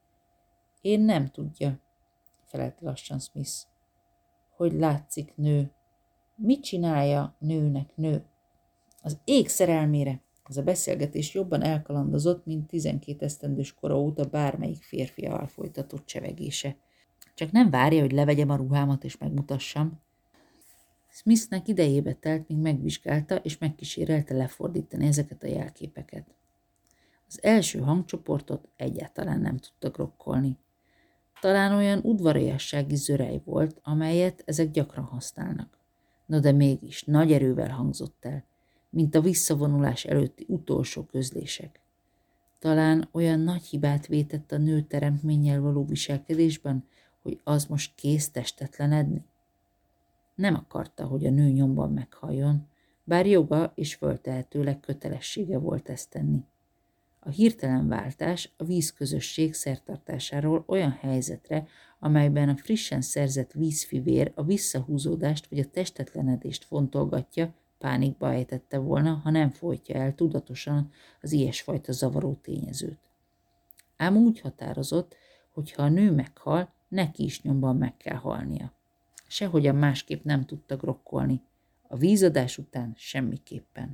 [SPEAKER 1] Én nem tudja, felelte lassan Smith. Hogy látszik nő? Mit csinálja nőnek nő? Az ég szerelmére! Ez a beszélgetés jobban elkalandozott, mint 12 esztendős kora óta bármelyik férfiával folytatott csevegése. Csak nem várja, hogy levegyem a ruhámat és megmutassam. Smithnek idejébe telt, míg megvizsgálta és megkísérelte lefordítani ezeket a jelképeket. Az első hangcsoportot egyáltalán nem tudta grokkolni. Talán olyan udvariassági zörej volt, amelyet ezek gyakran használnak. No de mégis nagy erővel hangzott el, mint a visszavonulás előtti utolsó közlések. Talán olyan nagy hibát vétett a nő teremtménnyel való viselkedésben, hogy az most kész testetlenedni? Nem akarta, hogy a nő nyomban meghalljon, bár joga és föltehetőleg kötelessége volt ezt tenni. A hirtelen váltás a vízközösség szertartásáról olyan helyzetre, amelyben a frissen szerzett vízfivér a visszahúzódást vagy a testetlenedést fontolgatja, pánikba ejtette volna, ha nem folytja el tudatosan az ilyesfajta zavaró tényezőt. Ám úgy határozott, hogy ha a nő meghal, neki is nyomban meg kell halnia. Sehogyan másképp nem tudta grokkolni. A vízadás után semmiképpen.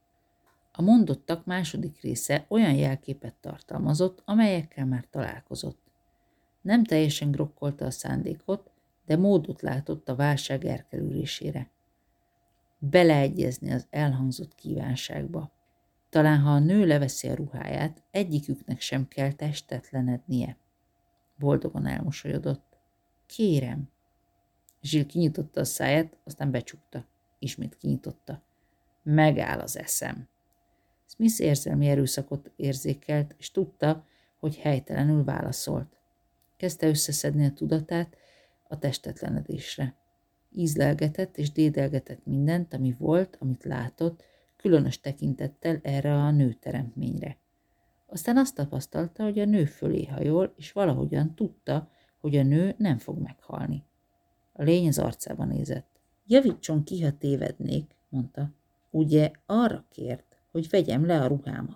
[SPEAKER 1] A mondottak második része olyan jelképet tartalmazott, amelyekkel már találkozott. Nem teljesen grokkolta a szándékot, de módot látott a válság elkerülésére. Beleegyezni az elhangzott kívánságba. Talán ha a nő leveszi a ruháját, egyiküknek sem kell testetlenednie. Boldogan elmosolyodott. Kérem. Jill kinyitotta a száját, aztán becsukta. Ismét kinyitotta. Megáll az eszem. Smith érzelmi erőszakot érzékelt, és tudta, hogy helytelenül válaszolt. Kezdte összeszedni a tudatát a testetlenedésre. Ízlelgetett és dédelgetett mindent, ami volt, amit látott, különös tekintettel erre a nőteremtményre. Aztán azt tapasztalta, hogy a nő fölé hajol, és valahogyan tudta, hogy a nő nem fog meghalni. A lény az arcába nézett. Javítson ki, ha tévednék, mondta. Ugye arra kért, hogy vegyem le a ruhámat.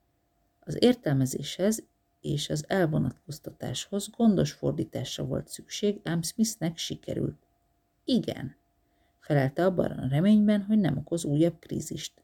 [SPEAKER 1] Az értelmezéshez és az elvonatkoztatáshoz gondos fordításra volt szükség, ám Smithnek sikerült. Igen, felelte abban a reményben, hogy nem okoz újabb krízist.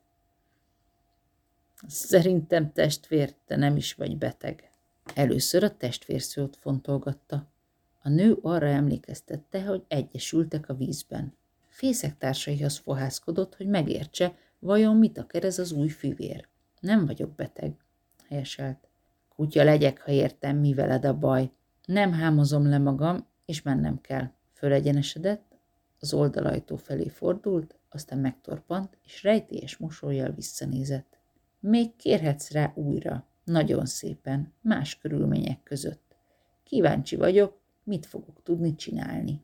[SPEAKER 1] Szerintem testvér, te nem is vagy beteg. Először a testvérszót fontolgatta. A nő arra emlékeztette, hogy egyesültek a vízben. Fészektársaihoz fohászkodott, hogy megértse, vajon mit akar ez az új fivér. Nem vagyok beteg, helyeselt. Kutya legyek, ha értem, mi veled a baj. Nem hámozom le magam, és mennem kell. Fölegyenesedett, az oldalajtó felé fordult, aztán megtorpant, és rejtélyes mosollyal visszanézett. Még kérhetsz rá újra, nagyon szépen, más körülmények között. Kíváncsi vagyok, mit fogok tudni csinálni.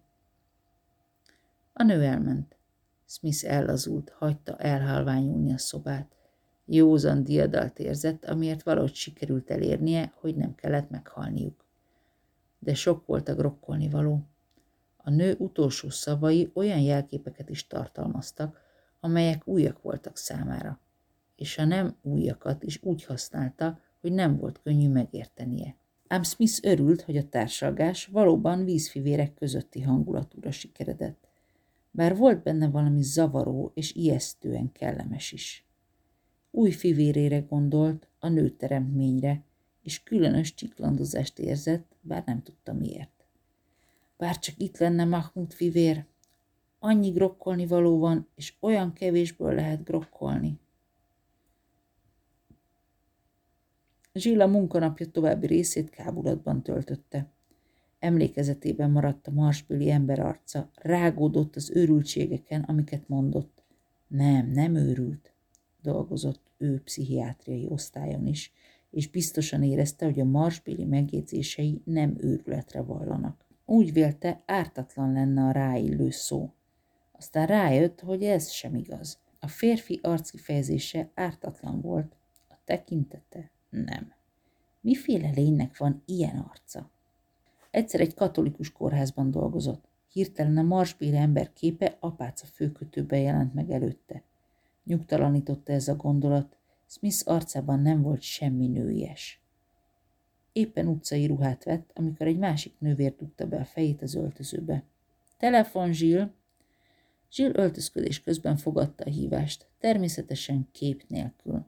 [SPEAKER 1] A nő elment. Smith ellazult, hagyta elhalványulni a szobát. Józan diadalt érzett, amiért valahogy sikerült elérnie, hogy nem kellett meghalniuk. De sok volt a grokkolni való. A nő utolsó szavai olyan jelképeket is tartalmaztak, amelyek újak voltak számára, és a nem újakat is úgy használta, hogy nem volt könnyű megértenie. Ám Smith örült, hogy a társalgás valóban vízfivérek közötti hangulatúra sikeredett, bár volt benne valami zavaró és ijesztően kellemes is. Új fivérére gondolt, a nőteremtményre, és különös csiklandozást érzett, bár nem tudta miért. Bár csak itt lenne Mahmud fivér, annyi grokkolni való van, és olyan kevésből lehet grokkolni. Jill a munkanapja további részét kábulatban töltötte. Emlékezetében maradt a marsbéli ember arca, rágódott az őrültségeken, amiket mondott. Nem őrült, dolgozott ő pszichiátriai osztályon is, és biztosan érezte, hogy a marsbéli megjegyzései nem őrületre vallanak. Úgy vélte, ártatlan lenne a ráillő szó. Aztán rájött, hogy ez sem igaz. A férfi arckifejezése ártatlan volt, a tekintete nem. Miféle lénynek van ilyen arca? Egyszer egy katolikus kórházban dolgozott. Hirtelen a marsbéli ember képe apáca főkötőben jelent meg előtte. Nyugtalanította ez a gondolat, Smith arcában nem volt semmi nőies. Éppen utcai ruhát vett, amikor egy másik nővér dugta be a fejét az öltözőbe. Telefon, Jill! Jill öltözködés közben fogadta a hívást, természetesen kép nélkül.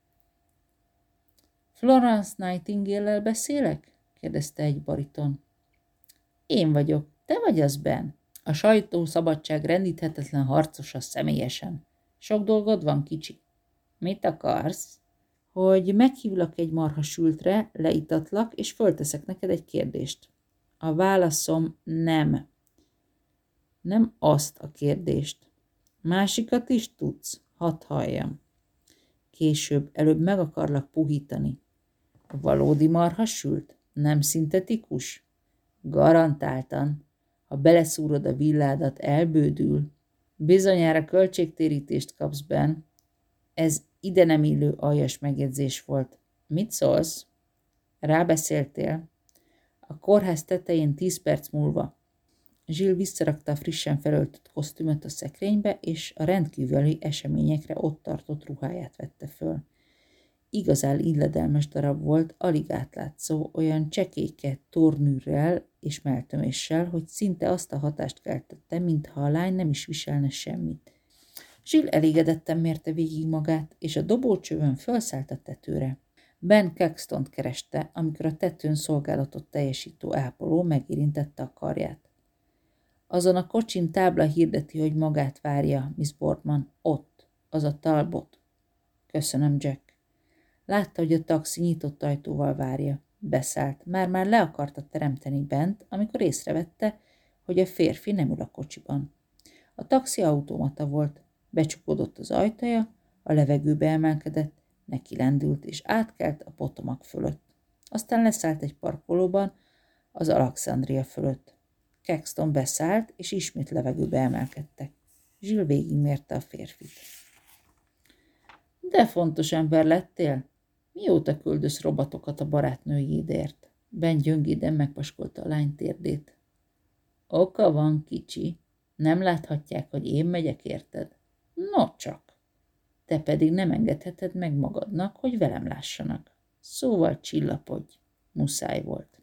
[SPEAKER 1] Florence Nightingale-lel beszélek? Kérdezte egy bariton. Én vagyok, te vagy az, Ben? A sajtószabadság rendíthetetlen harcosa személyesen. Sok dolgod van, kicsi? Mit akarsz? Hogy meghívlak egy marhasültre, leitatlak, és fölteszek neked egy kérdést. A válaszom nem. Nem azt a kérdést. Másikat is tudsz? Hadd halljam. Később, előbb meg akarlak puhítani. A valódi marhasült? Nem szintetikus? Garantáltan. Ha beleszúrod a villádat, elbődül. Bizonyára költségtérítést kapsz, Ben. Ez ide nem illő aljas megjegyzés volt. Mit szólsz? Rábeszéltél. A kórház tetején 10 perc múlva. Jill visszarakta a frissen felöltött kosztümöt a szekrénybe, és a rendkívüli eseményekre ott tartott ruháját vette föl. Igazán illedelmes darab volt, alig átlátszó, olyan csekélyke tornűrrel és melltöméssel, hogy szinte azt a hatást keltette, mintha a lány nem is viselne semmit. Jill elégedetten mérte végig magát, és a dobócsövön felszállt a tetőre. Ben Caxtont kereste, amikor a tetőn szolgálatot teljesítő ápoló megérintette a karját. Azon a kocsin tábla hirdeti, hogy magát várja, Miss Boardman, ott, az a Talbot. Köszönöm, Jack. Látta, hogy a taxi nyitott ajtóval várja. Beszállt. Már le akarta teremteni bent, amikor észrevette, hogy a férfi nem ül a kocsiban. A taxi automata volt. Becsukódott az ajtaja, a levegőbe emelkedett, neki lendült és átkelt a Potomac fölött. Aztán leszállt egy parkolóban, az Alexandria fölött. Caxton beszállt, és ismét levegőbe emelkedtek. Jill végigmérte a férfit. De fontos ember lettél? Mióta küldös robotokat a barátnőjédért? Ben gyöngéden megpaskolta a lány térdét. Oka van, kicsi. Nem láthatják, hogy én megyek, érted? No csak. Te pedig nem engedheted meg magadnak, hogy velem lássanak. Szóval csillapodj. Muszáj volt.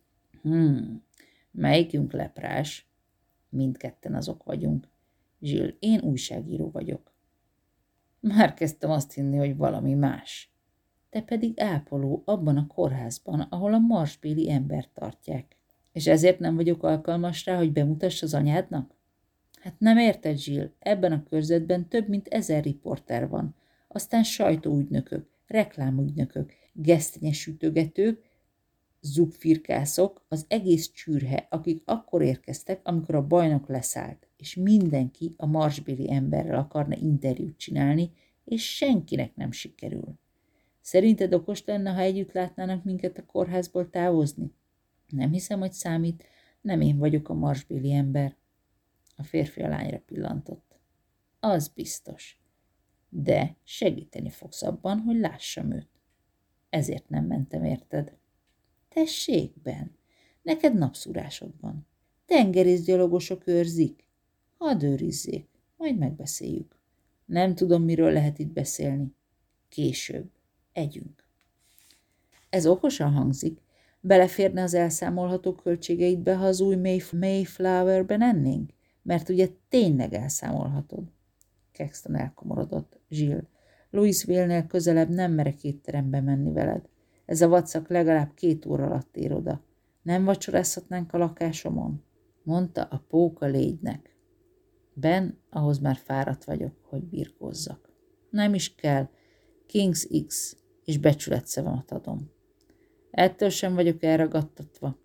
[SPEAKER 1] Melyikünk leprás? Mindketten azok vagyunk. Jill, én újságíró vagyok. Már kezdtem azt hinni, hogy valami más. Te pedig ápoló abban a kórházban, ahol a marsbéli embert tartják. És ezért nem vagyok alkalmas rá, hogy bemutass az anyádnak? Hát nem érted, Jill, ebben a körzetben több mint 1000 riporter van. Aztán sajtóügynökök, reklámügynökök, gesztenyesütögetők, zugfirkászok, az egész csürhe, akik akkor érkeztek, amikor a bajnok leszállt, és mindenki a marsbéli emberrel akarna interjút csinálni, és senkinek nem sikerül. Szerinted okos lenne, ha együtt látnának minket a kórházból távozni? Nem hiszem, hogy számít, nem én vagyok a marsbéli ember. A férfi a lányra pillantott. Az biztos. De segíteni fogsz abban, hogy lássam őt. Ezért nem mentem, érted? Tessék, Ben, neked napszúrásod van. Tengerészgyalogosok őrzik. Hadd őrizzék, majd megbeszéljük. Nem tudom, miről lehet itt beszélni. Később. Együnk. Ez okosan hangzik. Beleférne az elszámolható költségeidbe, ha az új Mayflowerben ennénk? Mert ugye tényleg elszámolhatod. Caxton elkomorodott. Jill, Louisville-nél közelebb nem merek étterembe menni veled. Ez a vacak legalább 2 óra alatt ér oda. Nem vacsorázhatnánk a lakásomon? Mondta a póka légynek. Ben, ahhoz már fáradt vagyok, hogy birkózzak. Nem is kell. Kings X és becsületszevemet adom. Ettől sem vagyok elragadtatva.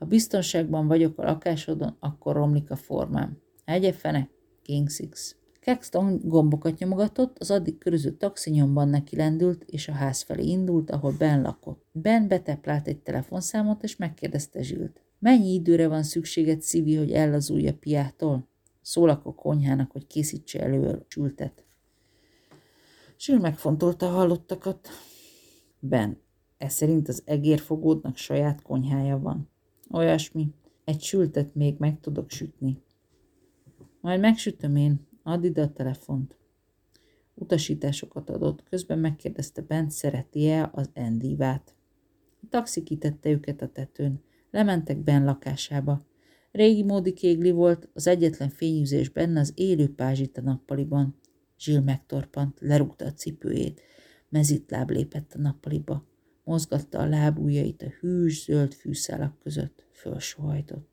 [SPEAKER 1] Ha biztonságban vagyok a lakásodon, akkor romlik a formám. Egyefene, King Six. Caxton gombokat nyomogatott, az addig köröző taxi nyomban neki lendült, és a ház felé indult, ahol Ben lakott. Ben beteplált egy telefonszámot, és megkérdezte Zsilt. Mennyi időre van szükséged, Szívi, hogy ellazulj a piától? Szólok a konyhának, hogy készítse elő a sültet. Zsil megfontolta a hallottakat. Ben, ez szerint az egérfogódnak saját konyhája van. Olyasmi, egy sültet még meg tudok sütni. Majd megsütöm én, add ide a telefont. Utasításokat adott, közben megkérdezte Bent, szereti-e az endívát. A taxi kitette őket a tetőn. Lementek Ben lakásába. Régi módi kégli volt, az egyetlen fényűzés benne az élő pázsit a nappaliban. Zsil megtorpant, lerúgta a cipőjét. Mezitláb lépett a nappaliba. Mozgatta a lábujjait a hűs, zöld fűszálak között. Fölsohajtott.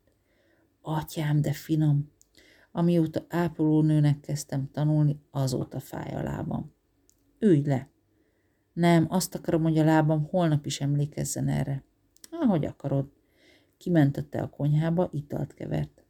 [SPEAKER 1] Atyám, de finom! Amióta ápolónőnek kezdtem tanulni, azóta fáj a lábam. Ülj le! Nem, azt akarom, hogy a lábam holnap is emlékezzen erre. Ahogy akarod. Kimentette a konyhába, italt kevert.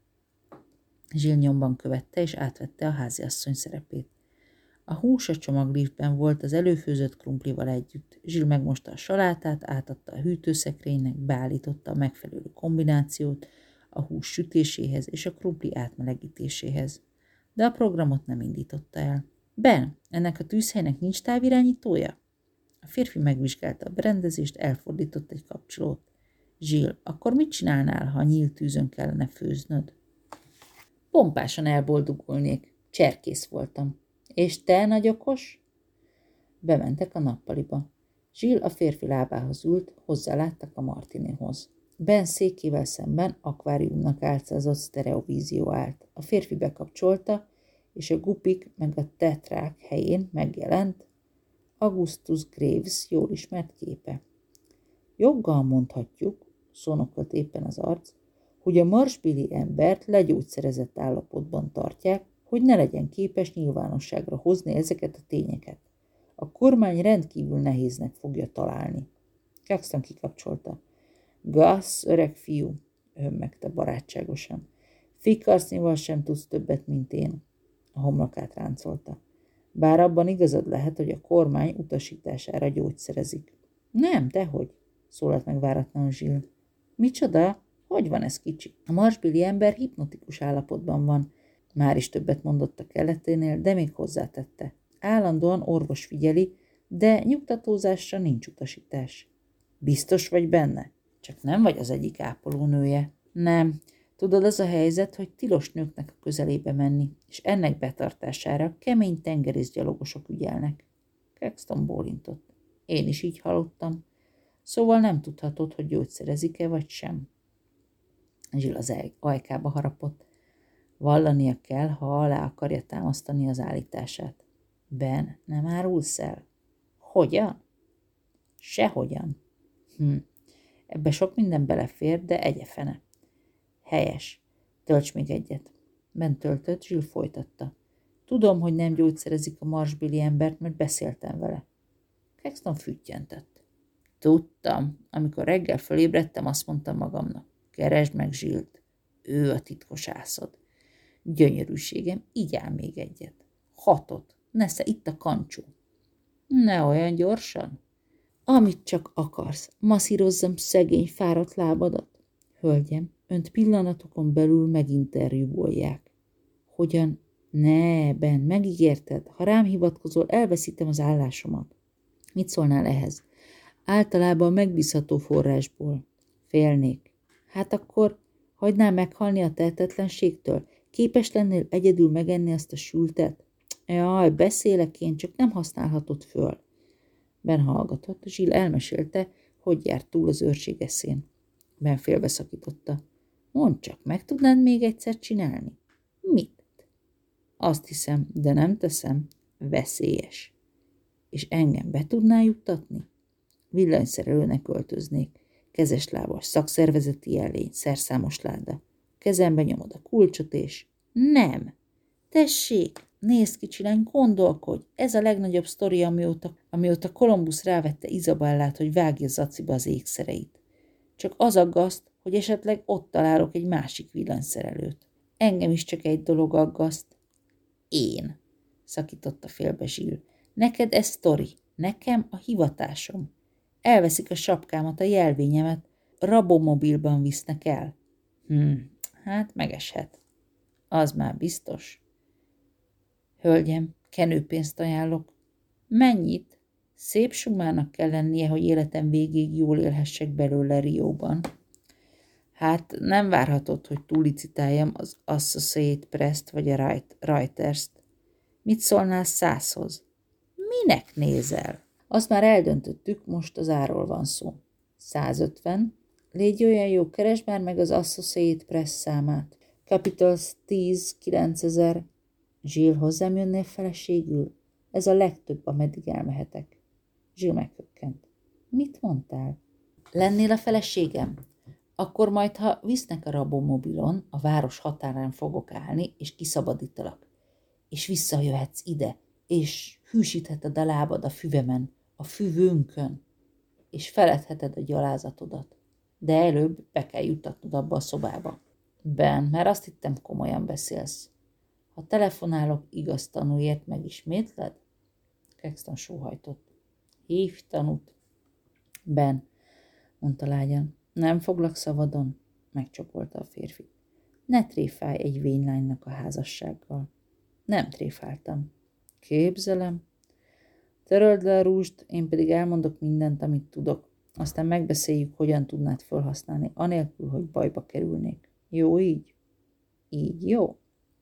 [SPEAKER 1] Zsil nyomban követte, és átvette a háziasszony szerepét. A hús a csomaglifben volt az előfőzött krumplival együtt. Zsil megmosta a salátát, átadta a hűtőszekrénynek, beállította a megfelelő kombinációt a hús sütéséhez és a krumpli átmelegítéséhez. De a programot nem indította el. Ben, ennek a tűzhelynek nincs távirányítója? A férfi megvizsgálta a berendezést, elfordított egy kapcsolót. Zsil, akkor mit csinálnál, ha nyílt tűzön kellene főznöd? Pompásan elboldogulnék. Cserkész voltam. És te, nagy okos? Bementek a nappaliba. Zsil a férfi lábához ült, hozzáláttak a Martinihoz. Ben székével szemben akváriumnak álcázott sztereovízió állt. A férfi bekapcsolta, és a gupik meg a tetrák helyén megjelent Augustus Graves jól ismert képe. Joggal mondhatjuk, szónokolt éppen az arc, hogy a marsbéli embert legyógyszerezett állapotban tartják, hogy ne legyen képes nyilvánosságra hozni ezeket a tényeket. A kormány rendkívül nehéznek fogja találni. Caxton kikapcsolta. Gus, öreg fiú, hömmegte barátságosan. Fikarsznyival sem tudsz többet, mint én. A homlokát ráncolta. Bár abban igazad lehet, hogy a kormány utasítására gyógyszerezik. Nem, dehogy, szólalt meg váratlanul Zsil. Micsoda? Hogy van ez kicsi? A marsbéli ember hipnotikus állapotban van. Már is többet mondott a keleténél, de még hozzátette. Állandóan orvos figyeli, de nyugtatózásra nincs utasítás. Biztos vagy benne? Csak nem vagy az egyik ápolónője. Nem. Tudod, az a helyzet, hogy tilos nőknek a közelébe menni, és ennek betartására kemény tengerészgyalogosok ügyelnek. Caxton bólintott. Én is így hallottam. Szóval nem tudhatod, hogy gyógyszerezik-e vagy sem. Zsil az ajkába harapott. Vallania kell, ha alá akarja támasztani az állítását. Ben, nem árulsz el? Hogyan? Sehogyan. Ebbe sok minden belefér, de egyefene. Helyes. Tölts még egyet. Ben töltött, Zsil folytatta. Tudom, hogy nem gyógyszerezik a marsbéli embert, mert beszéltem vele. Caxton füttyentett. Tudtam. Amikor reggel fölébredtem, azt mondtam magamnak. Keresd meg Zsilt. Ő a titkos ászod. Gyönyörűségem, igyál még egyet. 6, nesze itt a kancsó. Ne olyan gyorsan. Amit csak akarsz, masszírozzam szegény fáradt lábadat. Hölgyem, önt pillanatokon belül meginterjúvolják. Hogyan? Ne, Ben, megígérted, ha rám hivatkozol, elveszítem az állásomat. Mit szólnál ehhez? Általában megbízható forrásból. Félnék. Hát akkor hagynál meghalni a tehetetlenségtől? Képes lennél egyedül megenni azt a sültet? Jaj, beszélek én, csak nem használhatod föl. Ben hallgatott, Zsil elmesélte, hogy járt túl az őrségeszén. Ben félbeszakította. Mondd csak, meg tudnád még egyszer csinálni? Mit? Azt hiszem, de nem teszem. Veszélyes. És engem be tudnál juttatni? Villanyszerelőnek öltöznék. Kezeslábas, szakszervezeti jellény, szerszámos láda. Kezembe nyomod a kulcsot, és... Nem! Tessék! Nézd, kicsi lány, gondolkodj! Ez a legnagyobb sztori, amióta Kolumbusz rávette Izabellát, hogy vágja zaciba az ékszereit. Csak az aggaszt, hogy esetleg ott találok egy másik villanyszerelőt. Engem is csak egy dolog aggaszt. Én, szakította félbe Zsill. Neked ez sztori, nekem a hivatásom. Elveszik a sapkámat, a jelvényemet, rabomobilban visznek el. Hát megeshet. Az már biztos. Hölgyem, kenőpénzt ajánlok. Mennyit? Szép sumának kell lennie, hogy életem végéig jól élhessek belőle Rióban. Hát nem várhatod, hogy túlicitáljam az Associated Press-t vagy a Reuters-t. Mit szólnál 100-hoz? Minek nézel? Azt már eldöntöttük, most az árról van szó. 150. Légy olyan jó, keresd már meg az Associated Press számát. Capitals 10 9000. Zsill, hozzám jönnél feleségül? Ez a legtöbb, ameddig elmehetek. Zsill meghökkent. Mit mondtál? Lennél a feleségem? Akkor majd, ha visznek a rabomobilon, a város határán fogok állni, és kiszabadítalak. És visszajöhetsz ide, és hűsítheted a lábad a füvemen, a füvünkön, és feledheted a gyalázatodat. De előbb be kell juttatnod abba a szobába. Ben, mert azt hittem, komolyan beszélsz. Ha telefonálok, igaz tanúért megismétled? Caxton sóhajtott. Hívj tanút. Ben, mondta lágyan. Nem foglak szavadon? Megcsapolta a férfi. Ne tréfálj egy vénylánynak a házassággal. Nem tréfáltam. Képzelem. Töröld le a rúst, én pedig elmondok mindent, amit tudok. Aztán megbeszéljük, hogyan tudnád felhasználni, anélkül, hogy bajba kerülnék. Jó így? Így jó?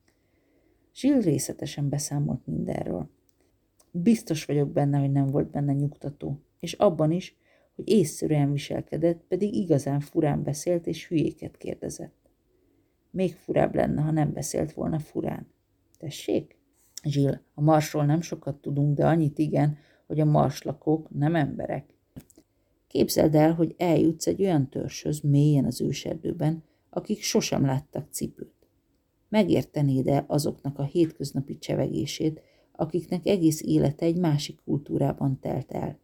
[SPEAKER 1] Zsill részletesen beszámolt mindenről. Biztos vagyok benne, hogy nem volt benne nyugtató, és abban is, hogy észszerűen viselkedett, pedig igazán furán beszélt és hülyéket kérdezett. Még furább lenne, ha nem beszélt volna furán. Tessék? Zsill, a Marsról nem sokat tudunk, de annyit igen, hogy a marslakók nem emberek. Képzeld el, hogy eljutsz egy olyan törzshöz mélyen az őserdőben, akik sosem láttak cipőt. Megértenéd-e azoknak a hétköznapi csevegését, akiknek egész élete egy másik kultúrában telt el?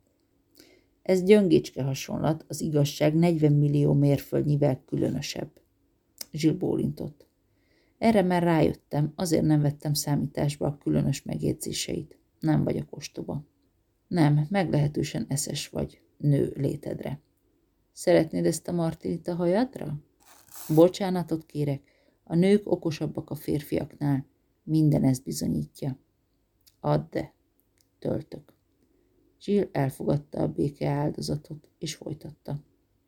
[SPEAKER 1] Ez gyöngécske hasonlat, az igazság 40 millió mérföldnyivel különösebb. Zsill bólintott. Erre már rájöttem, azért nem vettem számításba a különös megjegyzéseit. Nem vagyok ostoba. Nem, meglehetősen eszes vagy, nő létedre. Szeretnéd ezt a martinit a hajadra? Bocsánatot kérek, a nők okosabbak a férfiaknál. Minden ezt bizonyítja. Add, töltök. Zsill elfogadta a béke áldozatot, és folytatta.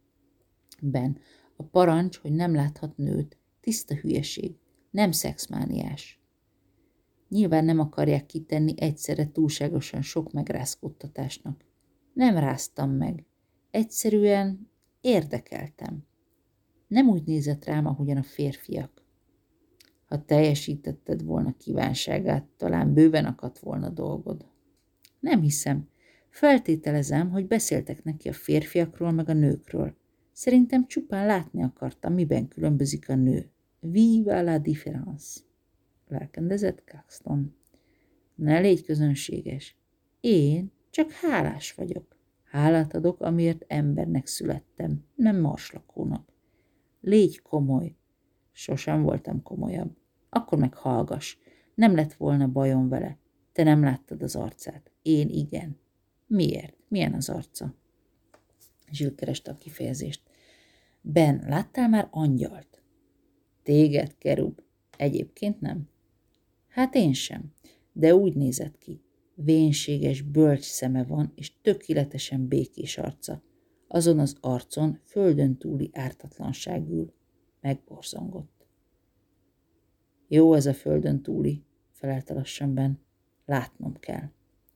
[SPEAKER 1] Ben, a parancs, hogy nem láthat nőt, tiszta hülyeség, nem szexmániás. Nyilván nem akarják kitenni egyszerre túlságosan sok megrázkódtatásnak. Nem ráztam meg. Egyszerűen érdekeltem. Nem úgy nézett rám, ahogyan a férfiak. Ha teljesítetted volna kívánságát, talán bőven akadt volna dolgod. Nem hiszem. Feltételezem, hogy beszéltek neki a férfiakról meg a nőkről. Szerintem csupán látni akartam, miben különbözik a nő. Vive la différence. Lelkendezett Caxton. Ne légy közönséges. Én csak hálás vagyok. Hálát adok, amiért embernek születtem, nem marslakónak. Légy komoly. Sosem voltam komolyabb. Akkor meg hallgass. Nem lett volna bajom vele. Te nem láttad az arcát. Én igen. Miért? Milyen az arca? Zsill kereste a kifejezést. Ben, láttál már angyalt? Téged, kerub. Egyébként nem. Hát én sem. De úgy nézett ki. Vénséges, bölcs szeme van, és tökéletesen békés arca. Azon az arcon földön túli ártatlanság ül. Megborzongott. Jó ez a földön túli, felelte lassan Ben. Látnom kell.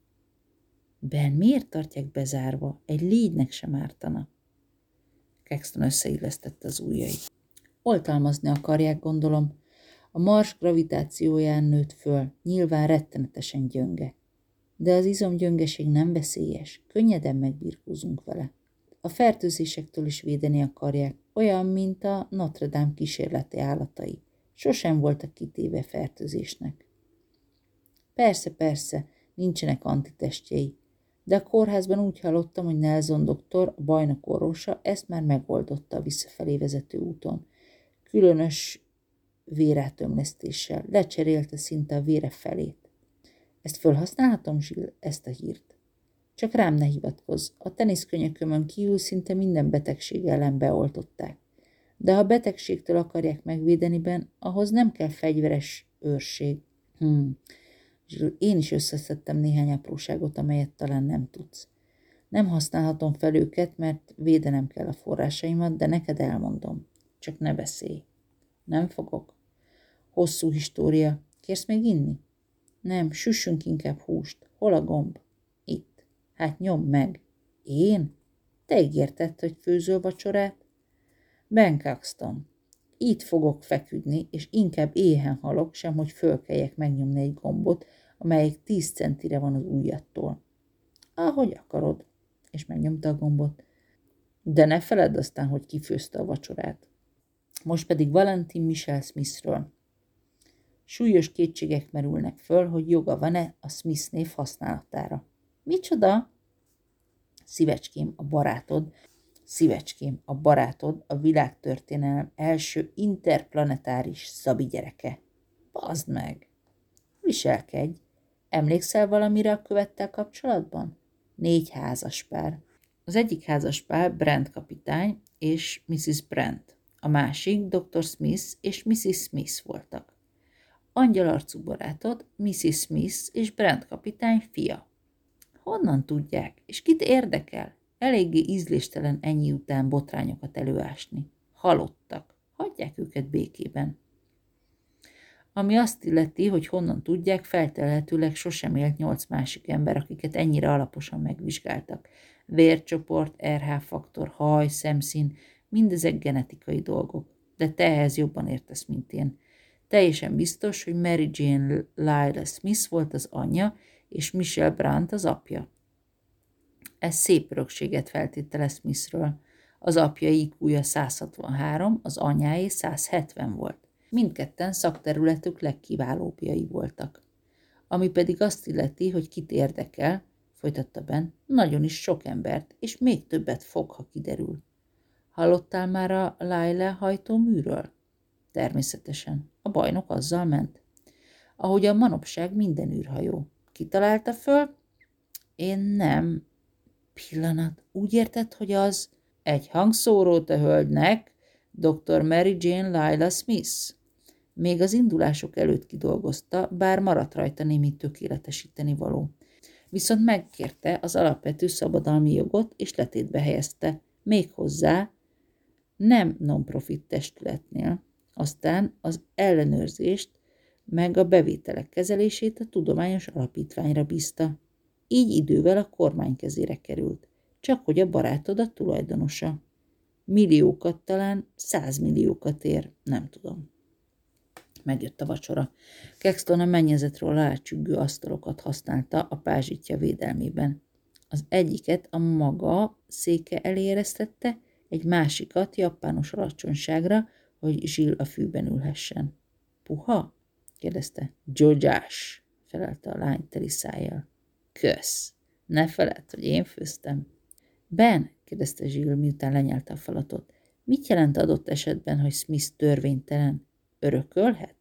[SPEAKER 1] Ben, miért tartják bezárva? Egy légynek sem ártana. Caxton összeillesztette az ujjait. Oltalmazni akarják, gondolom. A Mars gravitációján nőtt föl, nyilván rettenetesen gyönge. De az izomgyöngeség nem veszélyes, könnyeden megbirkózunk vele. A fertőzésektől is védeni akarják, olyan, mint a Notre Dame kísérleti állatai. Sosem voltak kitéve fertőzésnek. Persze, nincsenek antitestjei. De a kórházban úgy hallottam, hogy Nelson doktor, a bajnok orvosa ezt már megoldotta a visszafelé vezető úton. Különös vérátömlesztéssel. Lecserélte szinte a vére felét. Ezt fölhasználhatom, Zsill, ezt a hírt? Csak rám ne hivatkozz. A teniszkönyökömön kívül szinte minden betegség ellen beoltották. De ha a betegségtől akarják megvédeni benn, ahhoz nem kell fegyveres őrség. Zsill, én is összeszedtem néhány apróságot, amelyet talán nem tudsz. Nem használhatom fel őket, mert védenem kell a forrásaimat, de neked elmondom. Csak ne beszélj. Nem fogok. Hosszú história. Kérsz még inni? Nem, süssünk inkább húst. Hol a gomb? Itt. Hát nyomd meg. Én? Te ígérted, hogy főzöl vacsorát? Ben Caxton. Itt fogok feküdni, és inkább éhen halok, sem hogy fölkeljek megnyomni egy gombot, amelyik 10 centire van az ujjattól. Ahogy akarod. És megnyomta a gombot. De ne feledd aztán, hogy kifőzte a vacsorát. Most pedig Valentin Michel Smithről. Súlyos kétségek merülnek föl, hogy joga van-e a Smith név használatára. Micsoda? Szívecském, a barátod a világtörténelem első interplanetáris szabi gyereke. Bazd meg! Viselkedj! Emlékszel valamire a követtel kapcsolatban? 4 házaspár. Az egyik házaspár Brent kapitány és Mrs. Brent. A másik Dr. Smith és Mrs. Smith voltak. Angyalarcú barátod, Mrs. Smith és Brent kapitány fia. Honnan tudják, és kit érdekel? Eléggé ízléstelen ennyi után botrányokat előásni. Halottak. Hagyják őket békében. Ami azt illeti, hogy honnan tudják, feltehetőleg sosem élt 8 másik ember, akiket ennyire alaposan megvizsgáltak. Vércsoport, RH-faktor, haj, szemszín, mindezek genetikai dolgok. De te ehhez jobban értesz, mint én. Teljesen biztos, hogy Mary Jane Lyle Smith volt az anyja, és Michelle Brandt az apja. Ez szép örökséget feltételez Smithről. Az apja IQ-ja 163, az anyáé 170 volt. Mindketten szakterületük legkiválóbbjai voltak. Ami pedig azt illeti, hogy kit érdekel, folytatta Ben, nagyon is sok embert, és még többet fog, ha kiderül. Hallottál már a Lyle hajtóműről? Természetesen. A bajnok azzal ment. Ahogy a manapság minden űrhajó. Kitalálta föl? Én nem. Pillanat. Úgy érted, hogy az egy hangszórót a hölgynek, dr. Mary Jane Lyle Smith. Még az indulások előtt kidolgozta, bár maradt rajta némi tökéletesíteni való. Viszont megkérte az alapvető szabadalmi jogot, és letétbe helyezte. Méghozzá nem non-profit testületnél. Aztán az ellenőrzést, meg a bevételek kezelését a tudományos alapítványra bízta. Így idővel a kormány kezére került, csak hogy a barátod a tulajdonosa. Milliókat, talán 100 milliókat ér, nem tudom. Megjött a vacsora. Caxton a mennyezetről alácsüggő asztalokat használta a pázsitja védelmében. Az egyiket a maga széke elé eresztette, egy másikat japános alacsonyságra, hogy Zsill a fűben ülhessen. Puha? Kérdezte. Dzsógyás, felelte a lány teli szájjal. Kösz! Ne feledd, hogy én főztem. Ben, kérdezte Zsill, miután lenyelte a falatot. Mit jelent adott esetben, hogy Smith törvénytelen? Örökölhet?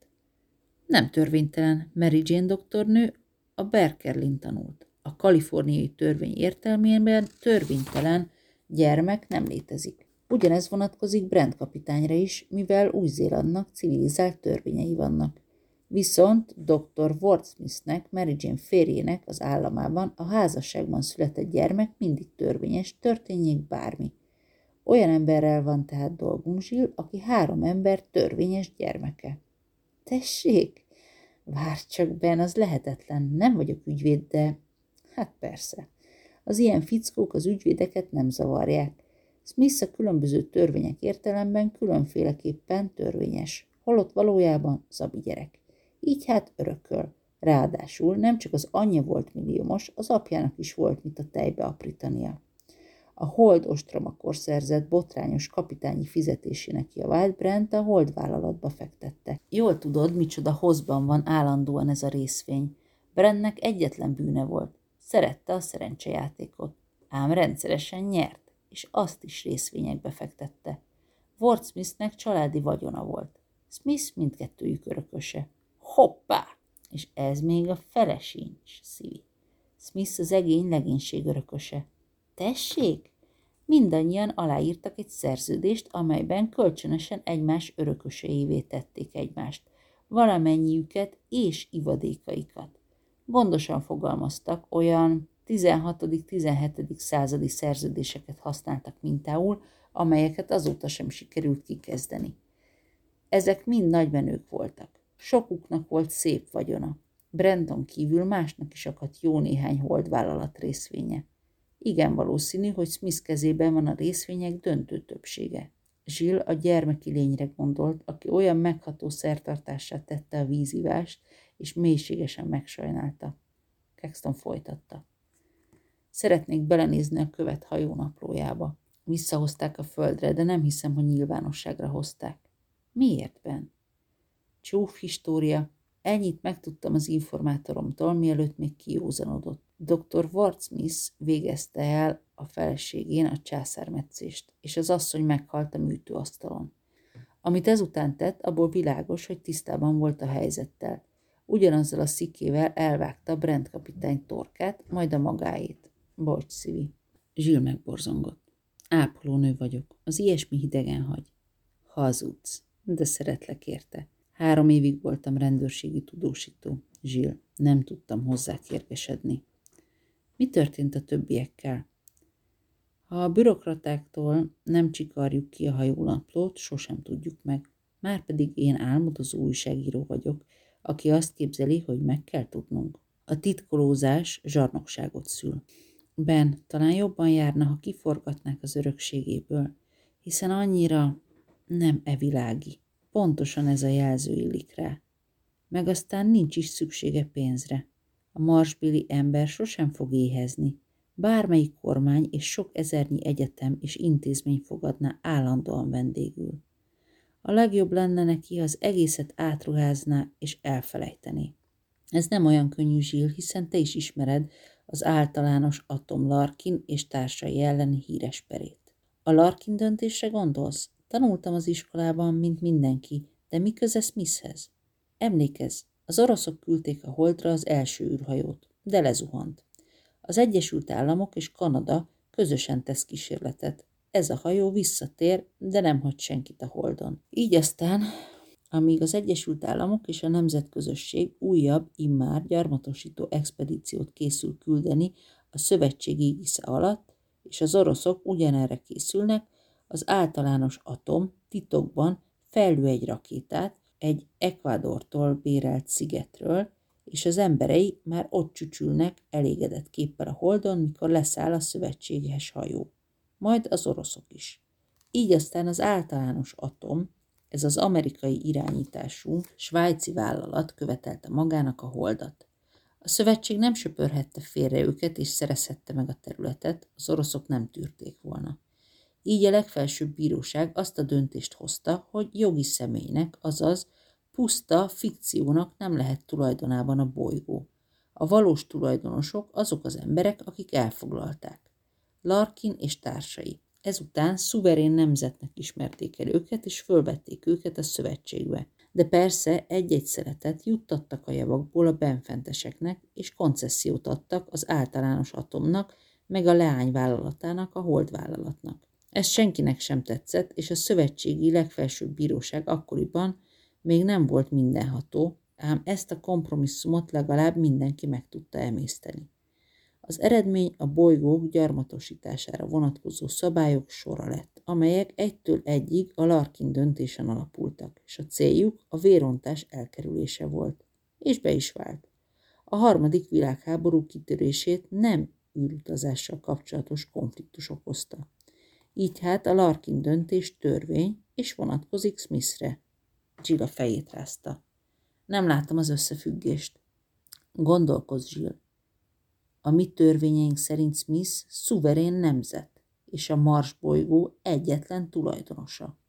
[SPEAKER 1] Nem törvénytelen. Mary Jane doktornő a Berkeley-n tanult. A kaliforniai törvény értelmében törvénytelen gyermek nem létezik. Ugyanez vonatkozik Brent kapitányra is, mivel Új-Zélandnak civilizált törvényei vannak. Viszont dr. Ward Smithnek, Mary Jane férjének az államában a házasságban született gyermek mindig törvényes, történjék bármi. Olyan emberrel van tehát dolgunk, Zsill, aki 3 ember törvényes gyermeke. Tessék? Várj csak, Ben, az lehetetlen. Nem vagyok ügyvéd, de... Hát persze. Az ilyen fickók az ügyvédeket nem zavarják. Smith a különböző törvények értelemben különféleképpen törvényes, holott valójában zabi gyerek. Így hát örököl. Ráadásul nem csak az anyja volt milliómos, az apjának is volt, mit a tejbe aprítania. A Hold ostromakor szerzett botrányos kapitányi fizetésének javát Brent a Hold vállalatba fektette. Jól tudod, micsoda hozban van állandóan ez a részvény. Brentnek egyetlen bűne volt. Szerette a szerencsejátékot, ám rendszeresen nyert, és azt is részvényekbe fektette. Ward Smithnek családi vagyona volt. Smith mindkettőjük örököse. Hoppá! És ez még a fele sincs, Szívi. Smith az egény legénység örököse. Tessék? Mindannyian aláírtak egy szerződést, amelyben kölcsönösen egymás örököseivé tették egymást, valamennyiüket és ivadékaikat. Gondosan fogalmaztak, olyan 16.-17. századi szerződéseket használtak mintául, amelyeket azóta sem sikerült kikezdeni. Ezek mind nagymenők voltak. Sokuknak volt szép vagyona. Brandon kívül másnak is akadt jó néhány holdvállalat részvénye. Igen valószínű, hogy Smith kezében van a részvények döntő többsége. Jill a gyermeki lényre gondolt, aki olyan megható szertartássá tette a vízivást, és mélységesen megsajnálta. Caxton folytatta. Szeretnék belenézni a követ hajónaplójába. Visszahozták a földre, de nem hiszem, hogy nyilvánosságra hozták. Miért, Ben? Csúf história. Ennyit megtudtam az informátoromtól, mielőtt még kijózanodott. Dr. Ward Smith végezte el a feleségén a császármetszést, és az asszony meghalt a műtőasztalon. Amit ezután tett, abból világos, hogy tisztában volt a helyzettel. Ugyanazzal a szikével elvágta Brent kapitány torkát, majd a magáét. Bocs, Szívi. Jill megborzongott. Ápolónő vagyok. Az ilyesmi hidegen hagy. Hazudsz, de szeretlek érte. 3 évig voltam rendőrségi tudósító. Jill, nem tudtam hozzá kérgesedni. Mi történt a többiekkel? Ha a bürokratáktól nem csikarjuk ki a hajónaplót, sosem tudjuk meg. Márpedig én álmodozó újságíró vagyok, aki azt képzeli, hogy meg kell tudnunk. A titkolózás zsarnokságot szül. Ben, talán jobban járna, ha kiforgatnák az örökségéből, hiszen annyira nem evilági. Pontosan ez a jelző illik rá. Meg aztán nincs is szüksége pénzre. A marsbéli ember sosem fog éhezni. Bármelyik kormány és sok ezernyi egyetem és intézmény fogadná állandóan vendégül. A legjobb lenne neki, az egészet átruházná és elfelejtené. Ez nem olyan könnyű, Jill, hiszen te is ismered az általános Atom Larkin és társai elleni híres perét. A Larkin döntésre gondolsz? Tanultam az iskolában, mint mindenki, de mi köze Smithhez? Emlékezz, az oroszok küldték a Holdra az első űrhajót, de lezuhant. Az Egyesült Államok és Kanada közösen tesz kísérletet. Ez a hajó visszatér, de nem hagy senkit a Holdon. Így aztán, amíg az Egyesült Államok és a nemzetközösség újabb, immár gyarmatosító expedíciót készül küldeni a szövetség égisze alatt, és az oroszok ugyanerre készülnek, az általános atom titokban fellő egy rakétát egy Ecuadortól bérelt szigetről, és az emberei már ott csücsülnek elégedett képpel a Holdon, mikor leszáll a szövetséges hajó. Majd az oroszok is. Így aztán az általános atom, ez az amerikai irányítású svájci vállalat követelte magának a Holdat. A szövetség nem söpörhette félre őket és szerezhette meg a területet, az oroszok nem tűrték volna. Így a legfelsőbb bíróság azt a döntést hozta, hogy jogi személynek, azaz puszta fikciónak nem lehet tulajdonában a bolygó. A valós tulajdonosok azok az emberek, akik elfoglalták. Larkin és társai. Ezután szuverén nemzetnek ismerték el őket, és fölvették őket a szövetségbe. De persze egy-egy szeletet juttattak a javakból a benfenteseknek, és koncessziót adtak az általános atomnak, meg a leányvállalatának, a holdvállalatnak. Ez senkinek sem tetszett, és a szövetségi legfelsőbb bíróság akkoriban még nem volt mindenható, ám ezt a kompromisszumot legalább mindenki meg tudta emészteni. Az eredmény a bolygók gyarmatosítására vonatkozó szabályok sora lett, amelyek egytől egyig a Larkin döntésen alapultak, és a céljuk a vérontás elkerülése volt. És be is vált. A harmadik világháború kitörését nem űrutazással kapcsolatos konfliktus okozta. Így hát a Larkin döntés törvény, és vonatkozik Smithre. Jill a fejét rázta. Nem látom az összefüggést. Gondolkozz, Jill. A mi törvényeink szerint Smith szuverén nemzet, és a Mars bolygó egyetlen tulajdonosa.